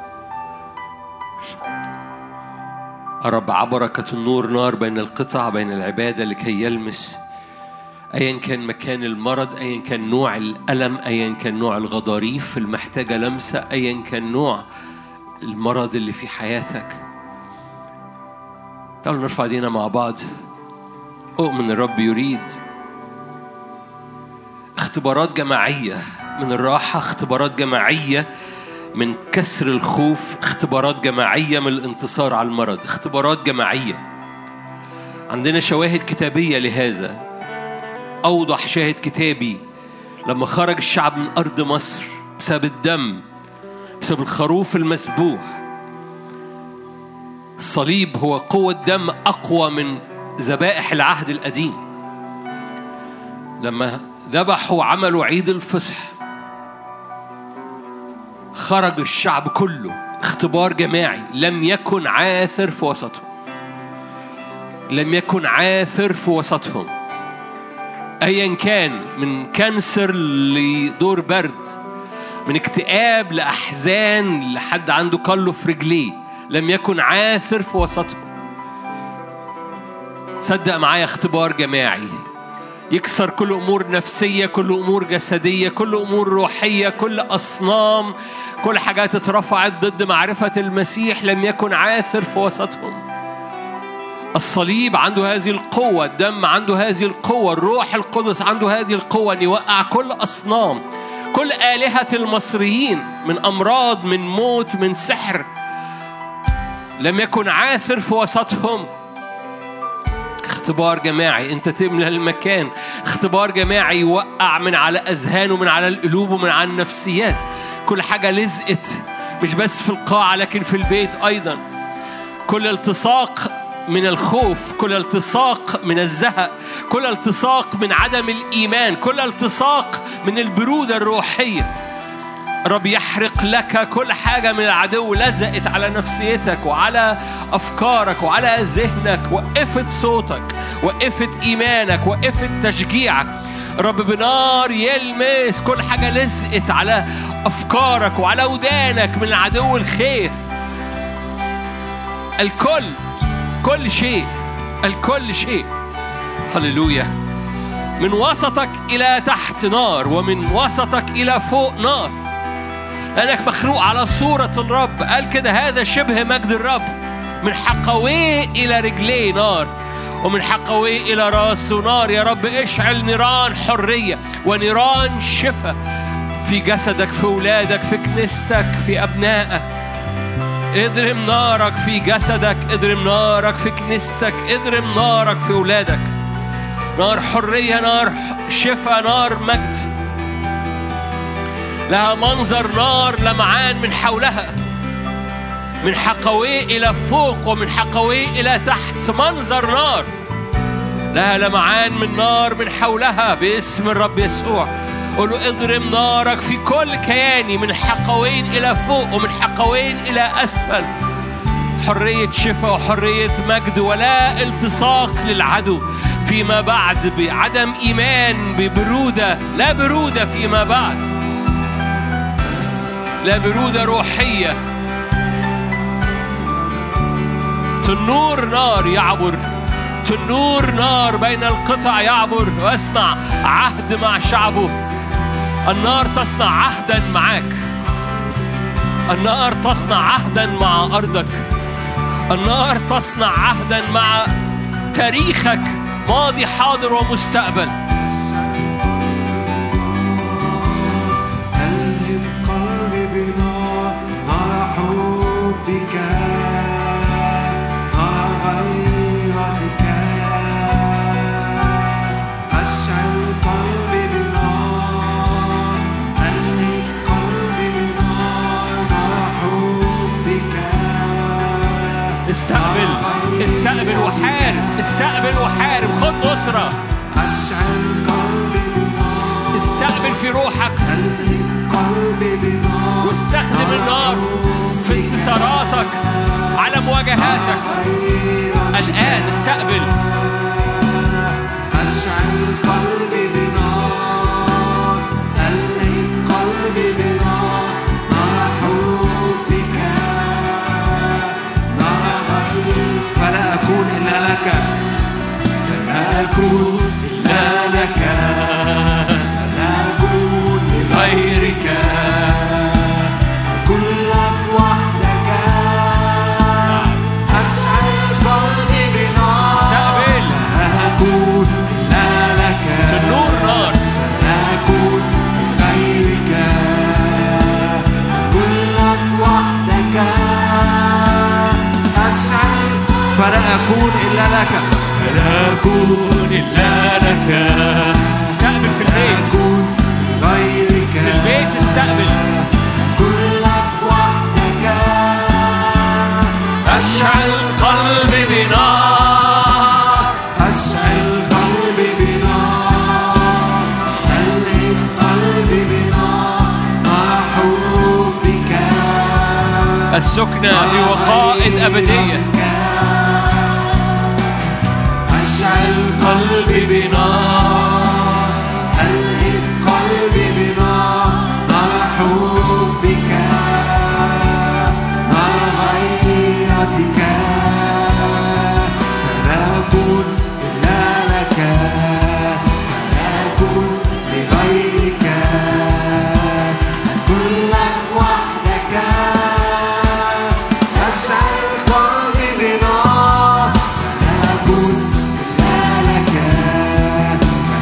الرب عبركة النور نار بين القطع بين العبادة لكي يلمس أيا كان مكان المرض أيا كان نوع الألم أيا كان نوع الغضاريف المحتاجة لمسة أيا كان نوع المرض اللي في حياتك. تعالوا نرفع ايدينا مع بعض. أؤمن الرب يريد اختبارات جماعية من الراحة، اختبارات جماعية من كسر الخوف، اختبارات جماعية من الانتصار على المرض، اختبارات جماعية. عندنا شواهد كتابية لهذا. أوضح شاهد كتابي لما خرج الشعب من أرض مصر بسبب الدم، بسبب الخروف المذبوح. الصليب هو قوة دم أقوى من ذبائح العهد القديم. لما ذبحوا عملوا عيد الفصح، خرج الشعب كله، اختبار جماعي. لم يكن عاثر في وسطهم، لم يكن عاثر في وسطهم. أيا كان، من كانسر لدور برد، من اكتئاب لأحزان لحد عنده كله في رجليه، لم يكن عاثر في وسطهم. صدق معايا، اختبار جماعي يكسر كل أمور نفسية، كل أمور جسدية، كل أمور روحية، كل أصنام، كل حاجات اترفعت ضد معرفة المسيح. لم يكن عاثر في وسطهم. الصليب عنده هذه القوة، الدم عنده هذه القوة، الروح القدس عنده هذه القوة أن يوقع كل أصنام، كل آلهة المصريين، من أمراض، من موت، من سحر. لم يكن عاثر في وسطهم. اختبار جماعي، انت تملى المكان. اختبار جماعي يوقع من على اذهان ومن على القلوب ومن على النفسيات. كل حاجة لزقت، مش بس في القاعة لكن في البيت ايضا. كل التصاق من الخوف، كل التصاق من الزهق، كل التصاق من عدم الإيمان، كل التصاق من البرودة الروحية. رب يحرق لك كل حاجة من العدو لزقت على نفسيتك وعلى أفكارك وعلى ذهنك. وقفت صوتك، وقفت إيمانك، وقفت تشجيعك. رب بنار يلمس كل حاجة لزقت على أفكارك وعلى ودانك من العدو الخير. الكل، كل شيء، الكل شيء. هللويا. من وسطك إلى تحت نار، ومن وسطك إلى فوق نار، لأنك مخلوق على صورة الرب. قال كده: هذا شبه مجد الرب. من حقويه إلى رجليه نار، ومن حقويه إلى راسه نار. يا رب اشعل نيران حرية ونيران شفاء في جسدك، في أولادك، في كنيستك، في أبنائك. اضرم نارك في جسدك، اضرم نارك في كنيستك، اضرم نارك في أولادك. نار حرية، نار شفاء، نار مجد. لها منظر نار لمعان من حولها، من حقويه إلى فوق ومن حقويه إلى تحت. منظر نار لها لمعان من نار من حولها باسم الرب يسوع. قولوا: اضرم نارك في كل كياني، من حقوين إلى فوق ومن حقوين إلى أسفل. حرية شفاء وحرية مجد، ولا التصاق للعدو فيما بعد بعدم إيمان، ببرودة. لا برودة فيما بعد، لا برودة روحية. تنور نار يعبر، تنور نار بين القطع يعبر ويصنع عهد مع شعبه. النار تصنع عهدا معك، النار تصنع عهدا مع أرضك، النار تصنع عهدا مع تاريخك، ماضي حاضر ومستقبل. قلب قلبي بنار، نار حبك، نار غيرتك. أشعل قلبي بنار، قلب قلبي بنار، نار حبك. استقبل، استقبل وحارب، استقبل وحارب. خد أسرة. أشعل قلبي بنار، استقبل في روحك، قلب قلبي بنار، واستخدم النار في انتصاراتك على مواجهاتك الآن. استقبل. أشعل قلبي بنار، قلب قلبي بنار، نار حبك، نار غيرك. فلا أكون إلا لك، فلا أكون إلا لك، فلا أكون لغيرك. كلك وحدك. أشعل قلبي بنار، استقبل. فلا أكون إلا لك، النور نار. فلا أكون لغيرك. كلك وحدك. أشعل فلا أكون إلا لك، فلا أكون إلا لك. استقبل في البيت، غيرك في البيت استقبل. كلك وحدك. أشعل قلبي بنار، أشعل قلبي بنار، قلب قلبي بنار، نار حبك. السكنة في وقائد أبدية. أشعل قلبي بنار، قلب قلبي بنار، نار حبك، نار غيرتك. فلا أكون إلا لك، فلا أكون لغيرك. كلك وحدك. أشعل قلبي بنار، فلا أكون إلا لك،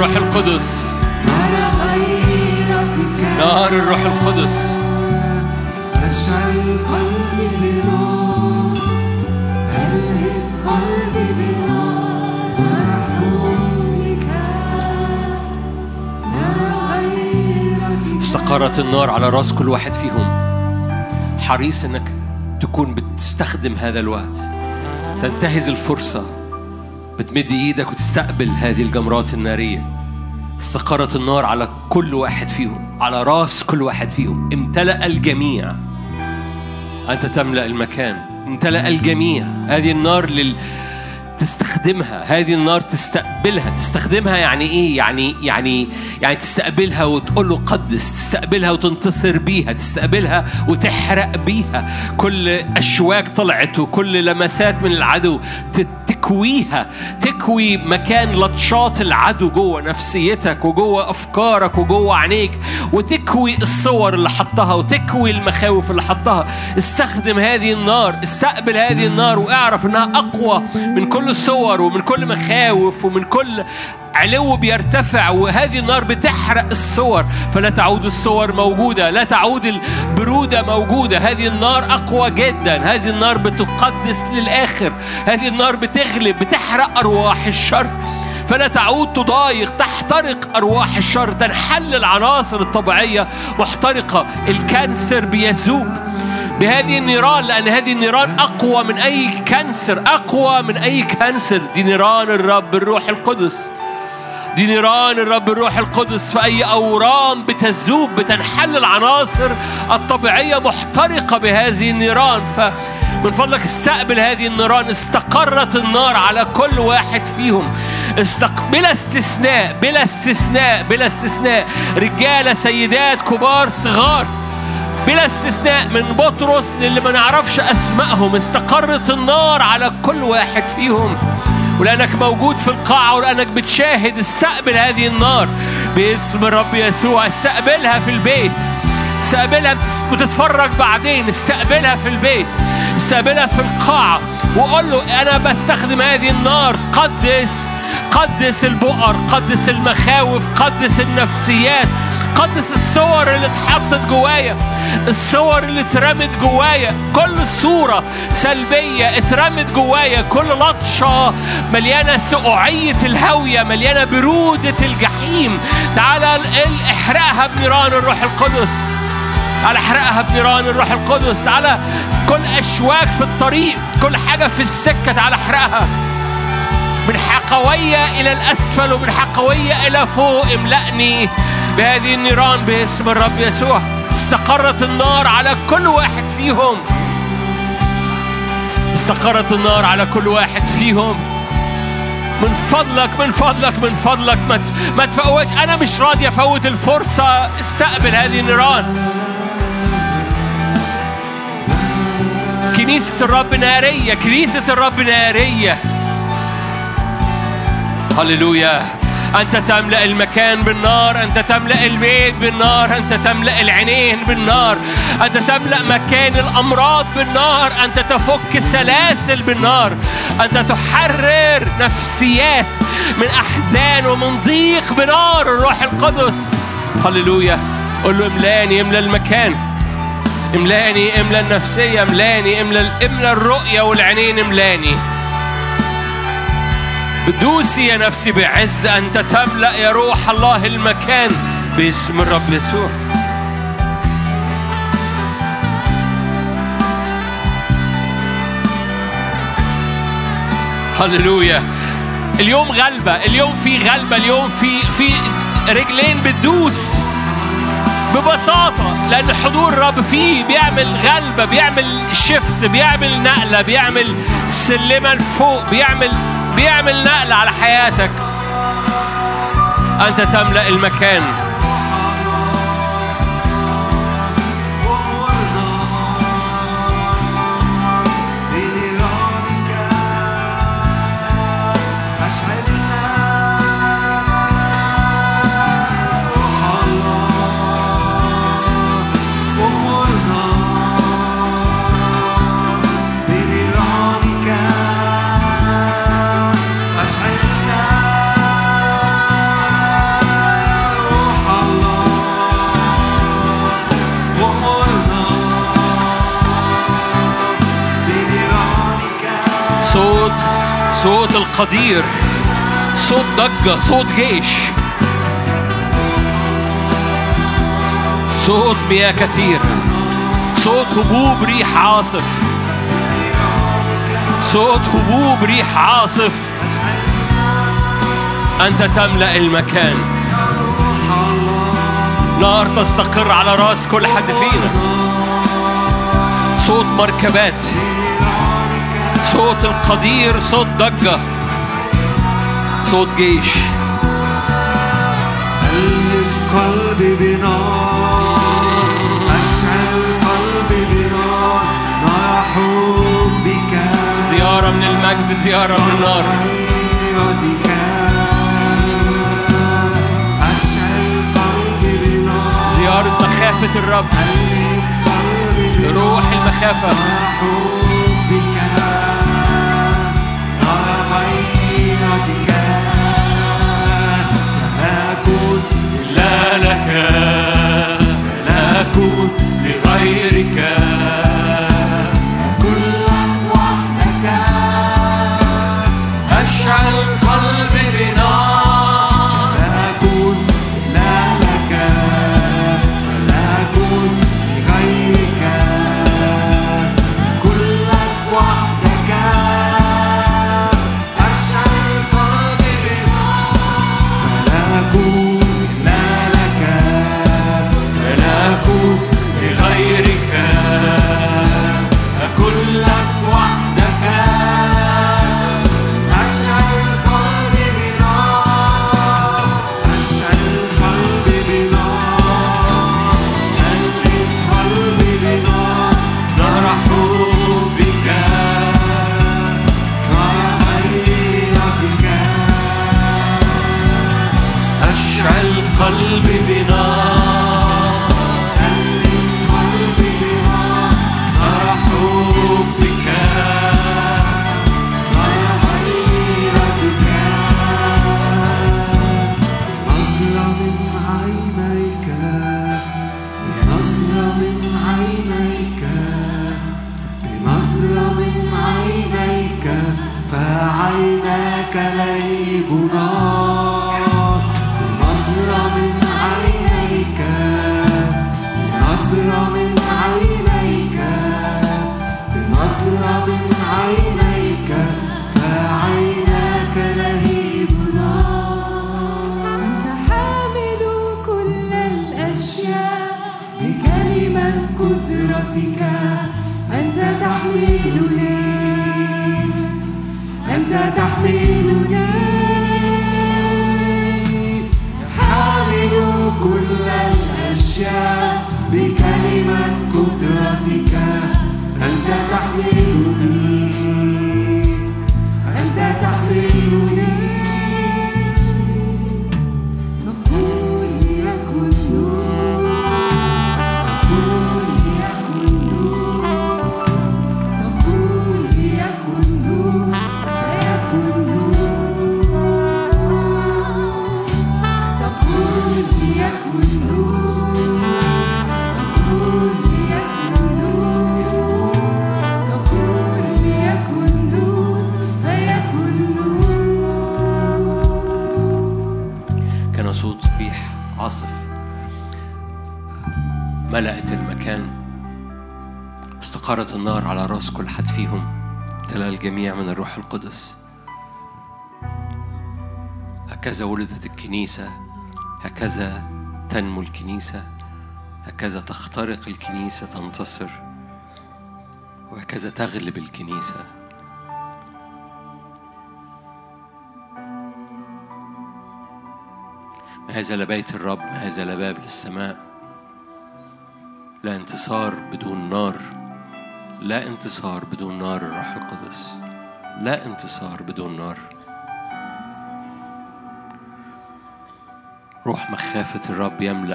الروح القدس، نار الروح القدس. أشعل قلبي بنار، ألهب قلبي بنار، مرحومك لا غيرك. استقرت النار على راس كل واحد فيهم. حريص انك تكون بتستخدم هذا الوقت، تنتهز الفرصة، بتمد ايدك وتستقبل هذه الجمرات النارية. استقرت النار على كل واحد فيهم، على راس كل واحد فيهم. امتلأ الجميع. أنت تملأ المكان، امتلأ الجميع. هذه النار لل... تستخدمها، هذه النار تستقبلها. تستخدمها يعني إيه؟ يعني يعني يعني تستقبلها وتقول له قدس، تستقبلها وتنتصر بيها، تستقبلها وتحرق بيها كل أشواك طلعت وكل لمسات من العدو، تكويها، تكوي مكان لطشات العدو جوه نفسيتك وجوه أفكارك وجوه عينيك، وتكوي الصور اللي حطها وتكوي المخاوف اللي حطها. استخدم هذه النار، استقبل هذه النار واعرف انها أقوى من كل الصور ومن كل مخاوف ومن كل علو بيرتفع. وهذه النار بتحرق الصور، فلا تعود الصور موجودة، لا تعود البرودة موجودة. هذه النار أقوى جدا، هذه النار بتقدس للآخر، هذه النار بتغلب، بتحرق أرواح الشر، فلا تعود تضايق، تحترق أرواح الشر، تنحل العناصر الطبيعية محترقة. الكانسر بيذوب بهذه النيران، لأن هذه النيران أقوى من أي كانسر، أقوى من أي كانسر. دي نيران الرب الروح القدس، دي نيران الرب الروح القدس. فأي أورام بتذوب، بتنحل العناصر الطبيعية محترقة بهذه النيران. فمن فضلك استقبل هذه النيران. استقرت النار على كل واحد فيهم، استق... بلا استثناء، بلا استثناء، بلا استثناء، رجالة، سيدات، كبار، صغار، بلا استثناء، من بطرس للي ما نعرفش أسمائهم. استقرت النار على كل واحد فيهم. ولأنك موجود في القاعة ولأنك بتشاهد، استقبل هذه النار باسم الرب يسوع. استقبلها في البيت، استقبلها وتتفرج بعدين، استقبلها في البيت، استقبلها في القاعة، وقول له أنا بستخدم هذه النار. قدس، قدس البؤر، قدس المخاوف، قدس النفسيات، قدس الصور اللي اتحطت جوايا، الصور اللي اترمت جوايا، كل صورة سلبية اترمت جوايا، كل لطشة مليانة سقوعية الهوية، مليانة برودة الجحيم. تعالى احرقها بنيران الروح القدس، تعالى احرقها بنيران الروح القدس. تعالى كل أشواك في الطريق، كل حاجة في السكة، تعالى احرقها من حقوية إلى الأسفل ومن حقوية إلى فوق. املأني بهذه النيران باسم الرب يسوع. استقرت النار على كل واحد فيهم، استقرت النار على كل واحد فيهم. من فضلك، من فضلك، من فضلك ما ما تفوتش. أنا مش راضي أفوت الفرصة. استقبل هذه النيران. كنيسة الرب نارية، كنيسة الرب نارية. هللويا. أنت تملأ المكان بالنار، أنت تملأ البيت بالنار، أنت تملأ العينين بالنار، أنت تملأ مكان الأمراض بالنار، أنت تفك السلاسل بالنار، أنت تحرر نفسيات من أحزان ومن ضيق بنار الروح القدس. هللويا. قل له املاني، املأ المكان، املاني، املأ النفسية، املاني، املأ املأ الرؤية والعينين، املاني. دوسي يا نفسي بعز. أنت تملأ يا روح الله المكان باسم الرب يسوع. هللويا. اليوم غلبة، اليوم في غلبة، اليوم في في رجلين بتدوس ببساطة، لأن حضور الرب فيه بيعمل غلبة، بيعمل شفت، بيعمل نقلة، بيعمل سلمة لفوق، بيعمل بيعمل نقلة على حياتك. أنت تملأ المكان. صوت القدير، صوت ضجة، صوت جيش، صوت مياه كثير، صوت هبوب ريح عاصف، صوت هبوب ريح عاصف. أنت تملأ المكان. نار تستقر على رأس كل حد فينا. صوت مركبات، صوت القدير، صوت ضجة، صوت جيش. ألهم قلبي بنار، أشعل قلبي بنار، نار حبك. زيارة من المجد، زيارة من النار. غيرتك أشعل قلبي بنار، زيارة مخافة الرب، ألهم قلبي بنار، روح المخافة. نار حبك، نار غيرتك. لا أكون إلا لك، لا أكون لغيرك، كلك وحدك. أشعل قلبي بنار، لا أكون إلا لك، لا أكون لغيرك، كلك وحدك. أشعل قلبي بنار، فلا أكون إلا لك، فلا أكون لغيرك، كلك وحدك. أشعل قلبي بنار، أشعل قلبي بنار، ألهم قلبي بنار، نار حبك، نار غيرتك. أشعل قلبي بنار، ألهم قلبي بنار، نار حبك، نار غيرتك. بنظرة من عينيك، بنظرة من عينيك، بنظرة من عينيك، فعيناك لهيب نار. بنظرة من عينيك، بنظرة من عينيك، بنظرة من عينيك، فعيناك لهيب نار. أنت حامل كل الأشياء بكلمة قدرتك. أنت تحملني، أنت تحملني، حامل كل الأشياء بكلمة قدرتك. أنت تحملني، أنت تحملني. تقول يكن نور، تقول يكن نور، تقول يكن نور، فيكن نور. تقول يكن نور، تقول يكن نور، تقول يكن نور، فيكن نور. كان صوت ريح عاصف ملأت المكان. استقرت النار على رأس كل حد فيهم. امتلأ الجميع من الروح القدس. هكذا ولدت الكنيسة، هكذا تنمو الكنيسة، هكذا تخترق الكنيسة، تنتصر، وهكذا تغلب الكنيسة. ما هذا لبيت الرب، ما هذا لباب للسماء. لا انتصار بدون نار، لا انتصار بدون نار الروح القدس، لا انتصار بدون نار. روح مخافة الرب يملأ،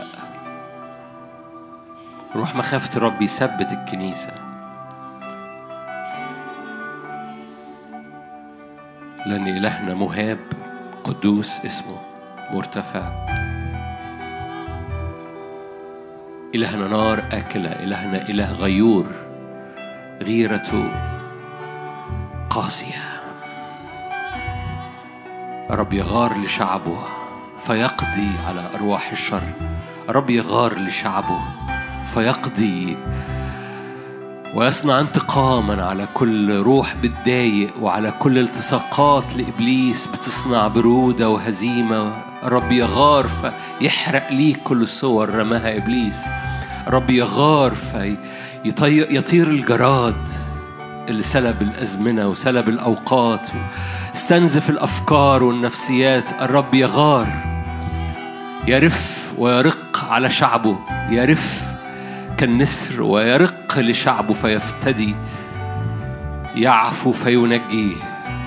روح مخافة الرب يثبت الكنيسة. لأن إلهنا مهاب قدوس اسمه مرتفع. إلهنا نار آكلة، إلهنا إله غيور، غيرته قاسية. الرب يغار لشعبه فيقضي على أرواح الشر. الرب يغار لشعبه فيقضي ويصنع انتقاما على كل روح بتضايق وعلى كل التصاقات لإبليس بتصنع برودة وهزيمة. الرب يغار فيحرق ليك كل الصور رماها إبليس. الرب يغار فيطير الجراد اللي سلب الأزمنة وسلب الأوقات استنزف الأفكار والنفسيات. الرب يغار يرف ويرق على شعبه، يرف كالنسر ويرق لشعبه فيفتدي، يعفو فينجيه،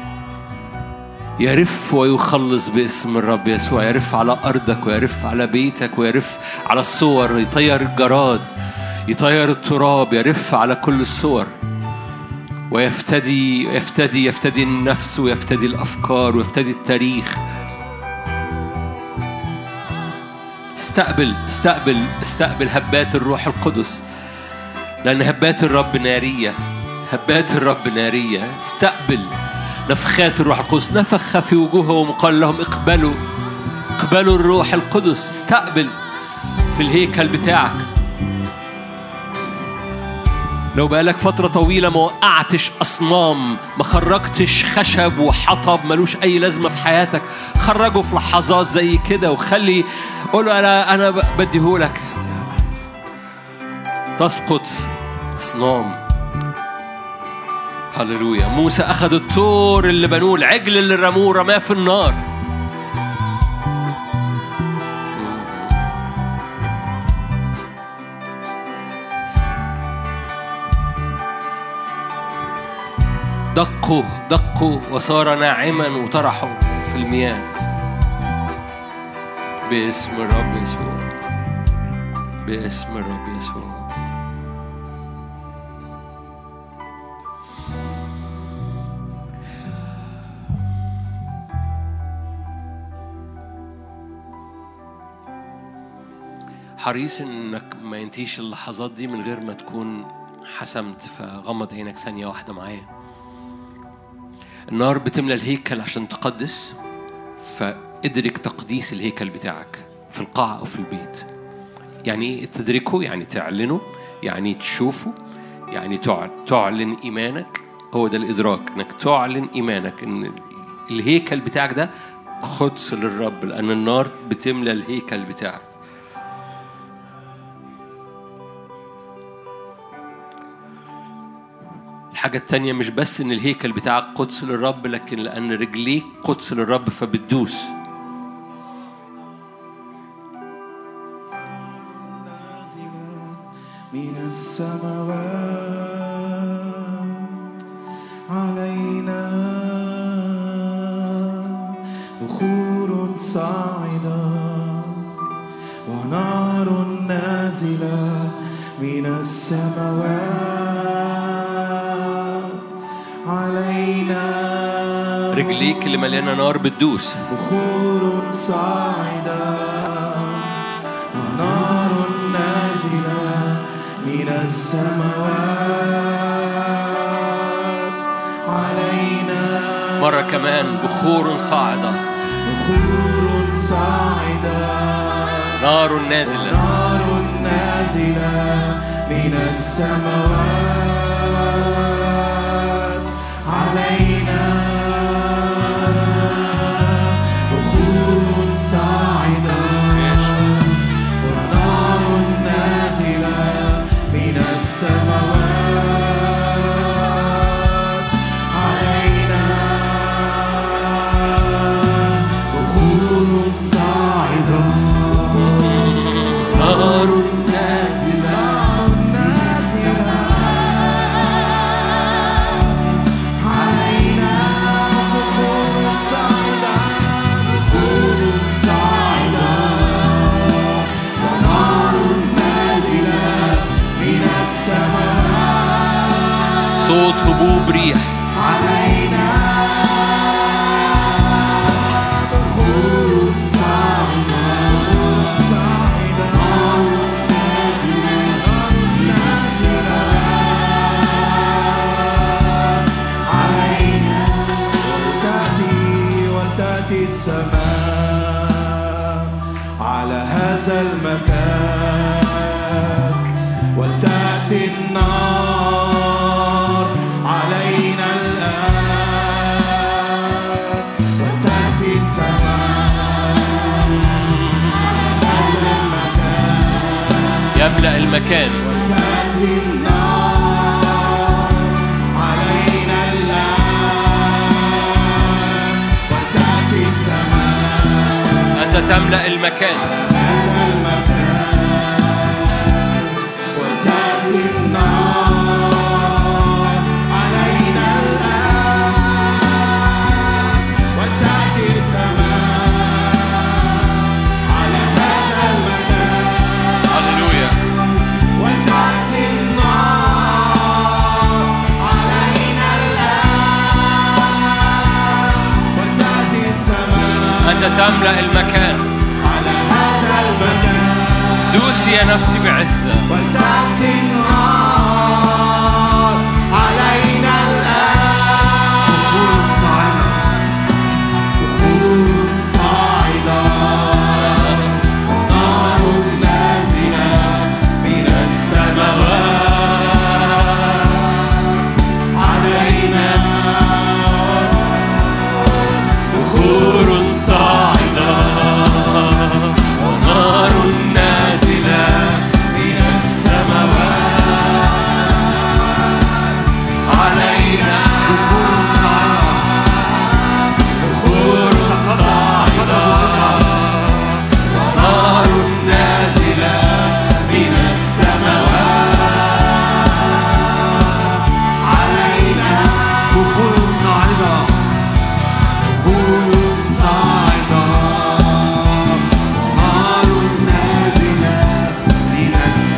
يرف ويخلص باسم الرب يسوع. يرف على أرضك ويرف على بيتك ويرف على الصور، يطير الجراد، يطير التراب، يرف على كل الصور ويفتدي يفتدي يفتدي النفس ويفتدي الأفكار ويفتدي التاريخ. استقبل استقبل استقبل هبات الروح القدس، لأن هبات الرب نارية، هبات الرب نارية. استقبل نفخات الروح القدس. نفخ في وجوههم وقال لهم اقبلوا اقبلوا الروح القدس. استقبل في الهيكل بتاعك. لو بقالك فترة طويلة ما وقعتش أصنام، ما خرجتش خشب وحطب ملوش أي لازمة في حياتك، خرجه في لحظات زي كده وخلي قوله أنا أنا بديهولك. تسقط أصنام. هللويا. موسى أخذ الطور اللي بنوه، العجل اللي رموه رماه في النار. دقوا دقوا وصار ناعما وطرحوا في المياه باسم الرب يسوع، باسم الرب يسوع. حريص انك ما ينتهيش اللحظات دي من غير ما تكون حسمت. فغمض عينك ثانية واحدة معايا. النار بتملى الهيكل عشان تقدس، فادرك تقديس الهيكل بتاعك في القاعة أو في البيت. يعني تدركه، يعني تعلنه، يعني تشوفه، يعني تعلن إيمانك. هو ده الإدراك، إنك تعلن إيمانك إن الهيكل بتاعك ده قدس للرب، لأن النار بتملى الهيكل بتاعك. الحاجة التانية مش بس إن الهيكل بتاعك قدس للرب، لكن لأن رجليك قدس للرب فبتدوس. من السماوات علينا بخور صاعدة ونار نازلة من السماوات علينا. رجليك اللي مليانة نار بتدوس. بخور صاعدة ونار نازلة من السماوات علينا. مرة كمان بخور صاعدة، بخور صاعدة نار نازلة، نار نازلة من السماوات علينا. بخور صاعدة ونار نازلة من السماوات علينا. بخور صاعدة نار نازلة من السماوات علينا. بخور صاعدة بخور صاعدة ونار نازلة من السماوات. صوت هبوب ريح علينا. بخور صاعدة صاعدة نار نازلة من السماوات علينا. ولتأتي ولتأتي ولتأتي النار علينا الآن ولتأتي السماء هذا المكان يملأ المكان ولتأتي النار علينا الآن ولتأتي السماء أنت تملأ المكان هذا المكان ولتأتي النار علينا الآن ولتأتي السماء على هذا المكان هللويا ولتأتي النار علينا الآن ولتأتي السماء أنت تملأ المكان على هذا المكان دوسي يا نفسي بعزة ولتأتي النار علينا الآن بخور صاعدة ونار نازلة من السماوات علينا بخور صاعدة ونار نازلة من السماوات علينا بخور صاعدة ونار نازلة من السماوات علينا بخور صاعدة بخور صاعدة نار نازلة من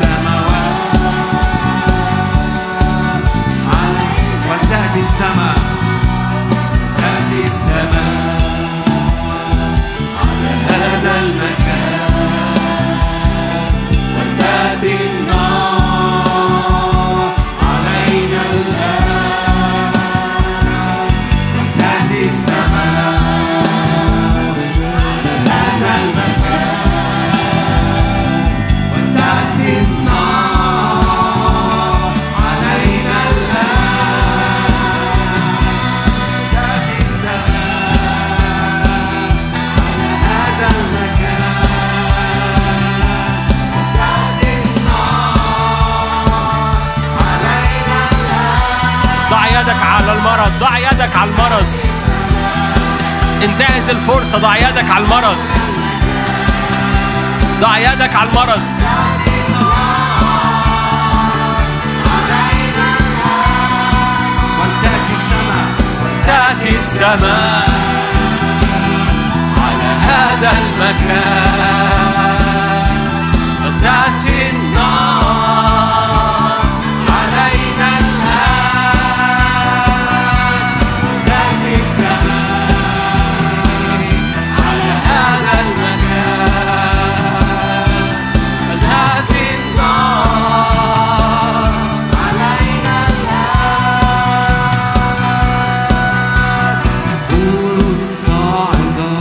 السماوات علينا ولتأتي السماء تأتي السماء على هذا المكان ولتأتي النار علينا الآن ولتأتي السماء على هذا المكان ولتأتي النار علينا الآن ولتأتي السماء على هذا المكان ضع يدك على المرض ضع يدك على المرض انتهز الفرصة ضع يدك على المرض ضع يدك على المرض ولتأتي السماء تأتي السماء على هذا المكان تأتي النار علينا الآن تأتي السماء على هذا المكان تأتي النار علينا الآن بخور صاعدة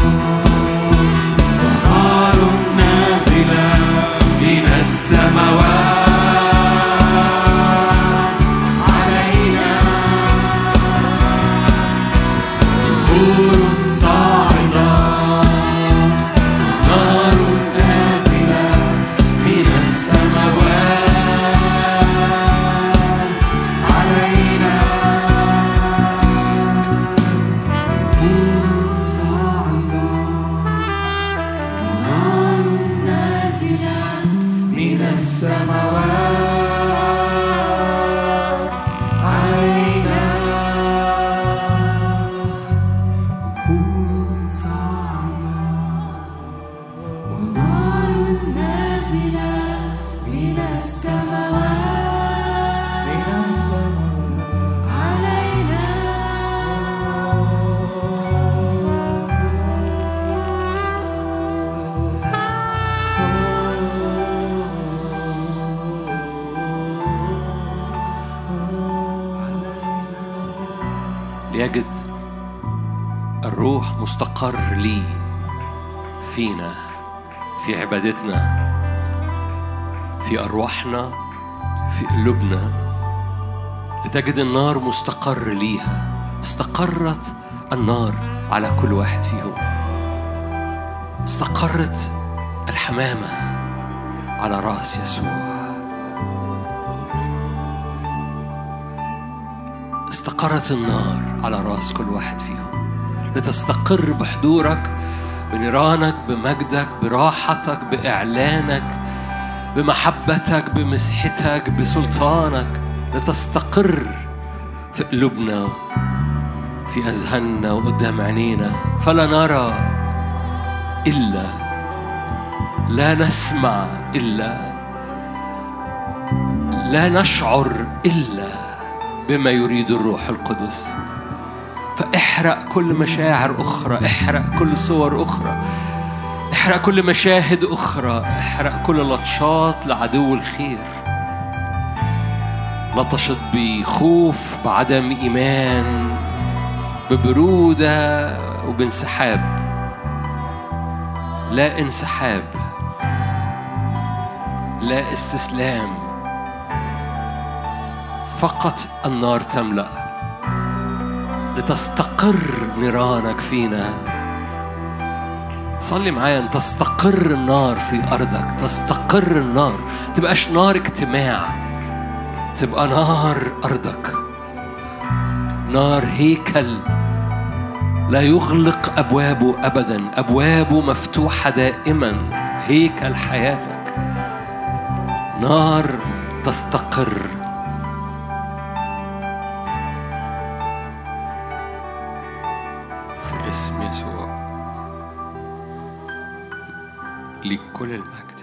نار نازلة من السماوات علينا بخور صاعدة نار نازلة من السماوات علينا بخور صاعدة نار نازلة من السماوات علينا بخور صاعدة نار نازلة من السماوات علينا ليجد الروح مستقر لي فينا في عبادتنا في أرواحنا في قلوبنا لتجد النار مستقر ليها. استقرت النار على كل واحد فيهم. استقرت الحمامة على رأس يسوع. استقرت النار على رأس كل واحد فيهم لتستقر بحضورك، بنيرانك، بمجدك، براحتك، بإعلانك، بمحبتك، بمسحتك، بسلطانك، لتستقر في قلوبنا، في أذهاننا وقدام عينينا، فلا نرى إلا، لا نسمع إلا، لا نشعر إلا بما يريد الروح القدس. فاحرق كل مشاعر أخرى، احرق كل صور أخرى، احرق كل مشاهد أخرى، احرق كل لطشات لعدو الخير. لطشت بخوف، بعدم إيمان، ببرودة وبانسحاب. لا انسحاب، لا استسلام، فقط النار تملأ لتستقر نيرانك فينا. صلي معايا أن تستقر النار في أرضك، تستقر النار، تبقاش نار اجتماع، تبقى نار أرضك، نار هيكل لا يغلق أبوابه أبدا، أبوابه مفتوحة دائما، هيكل حياتك، نار تستقر. في اسم يسوع لكل المجد.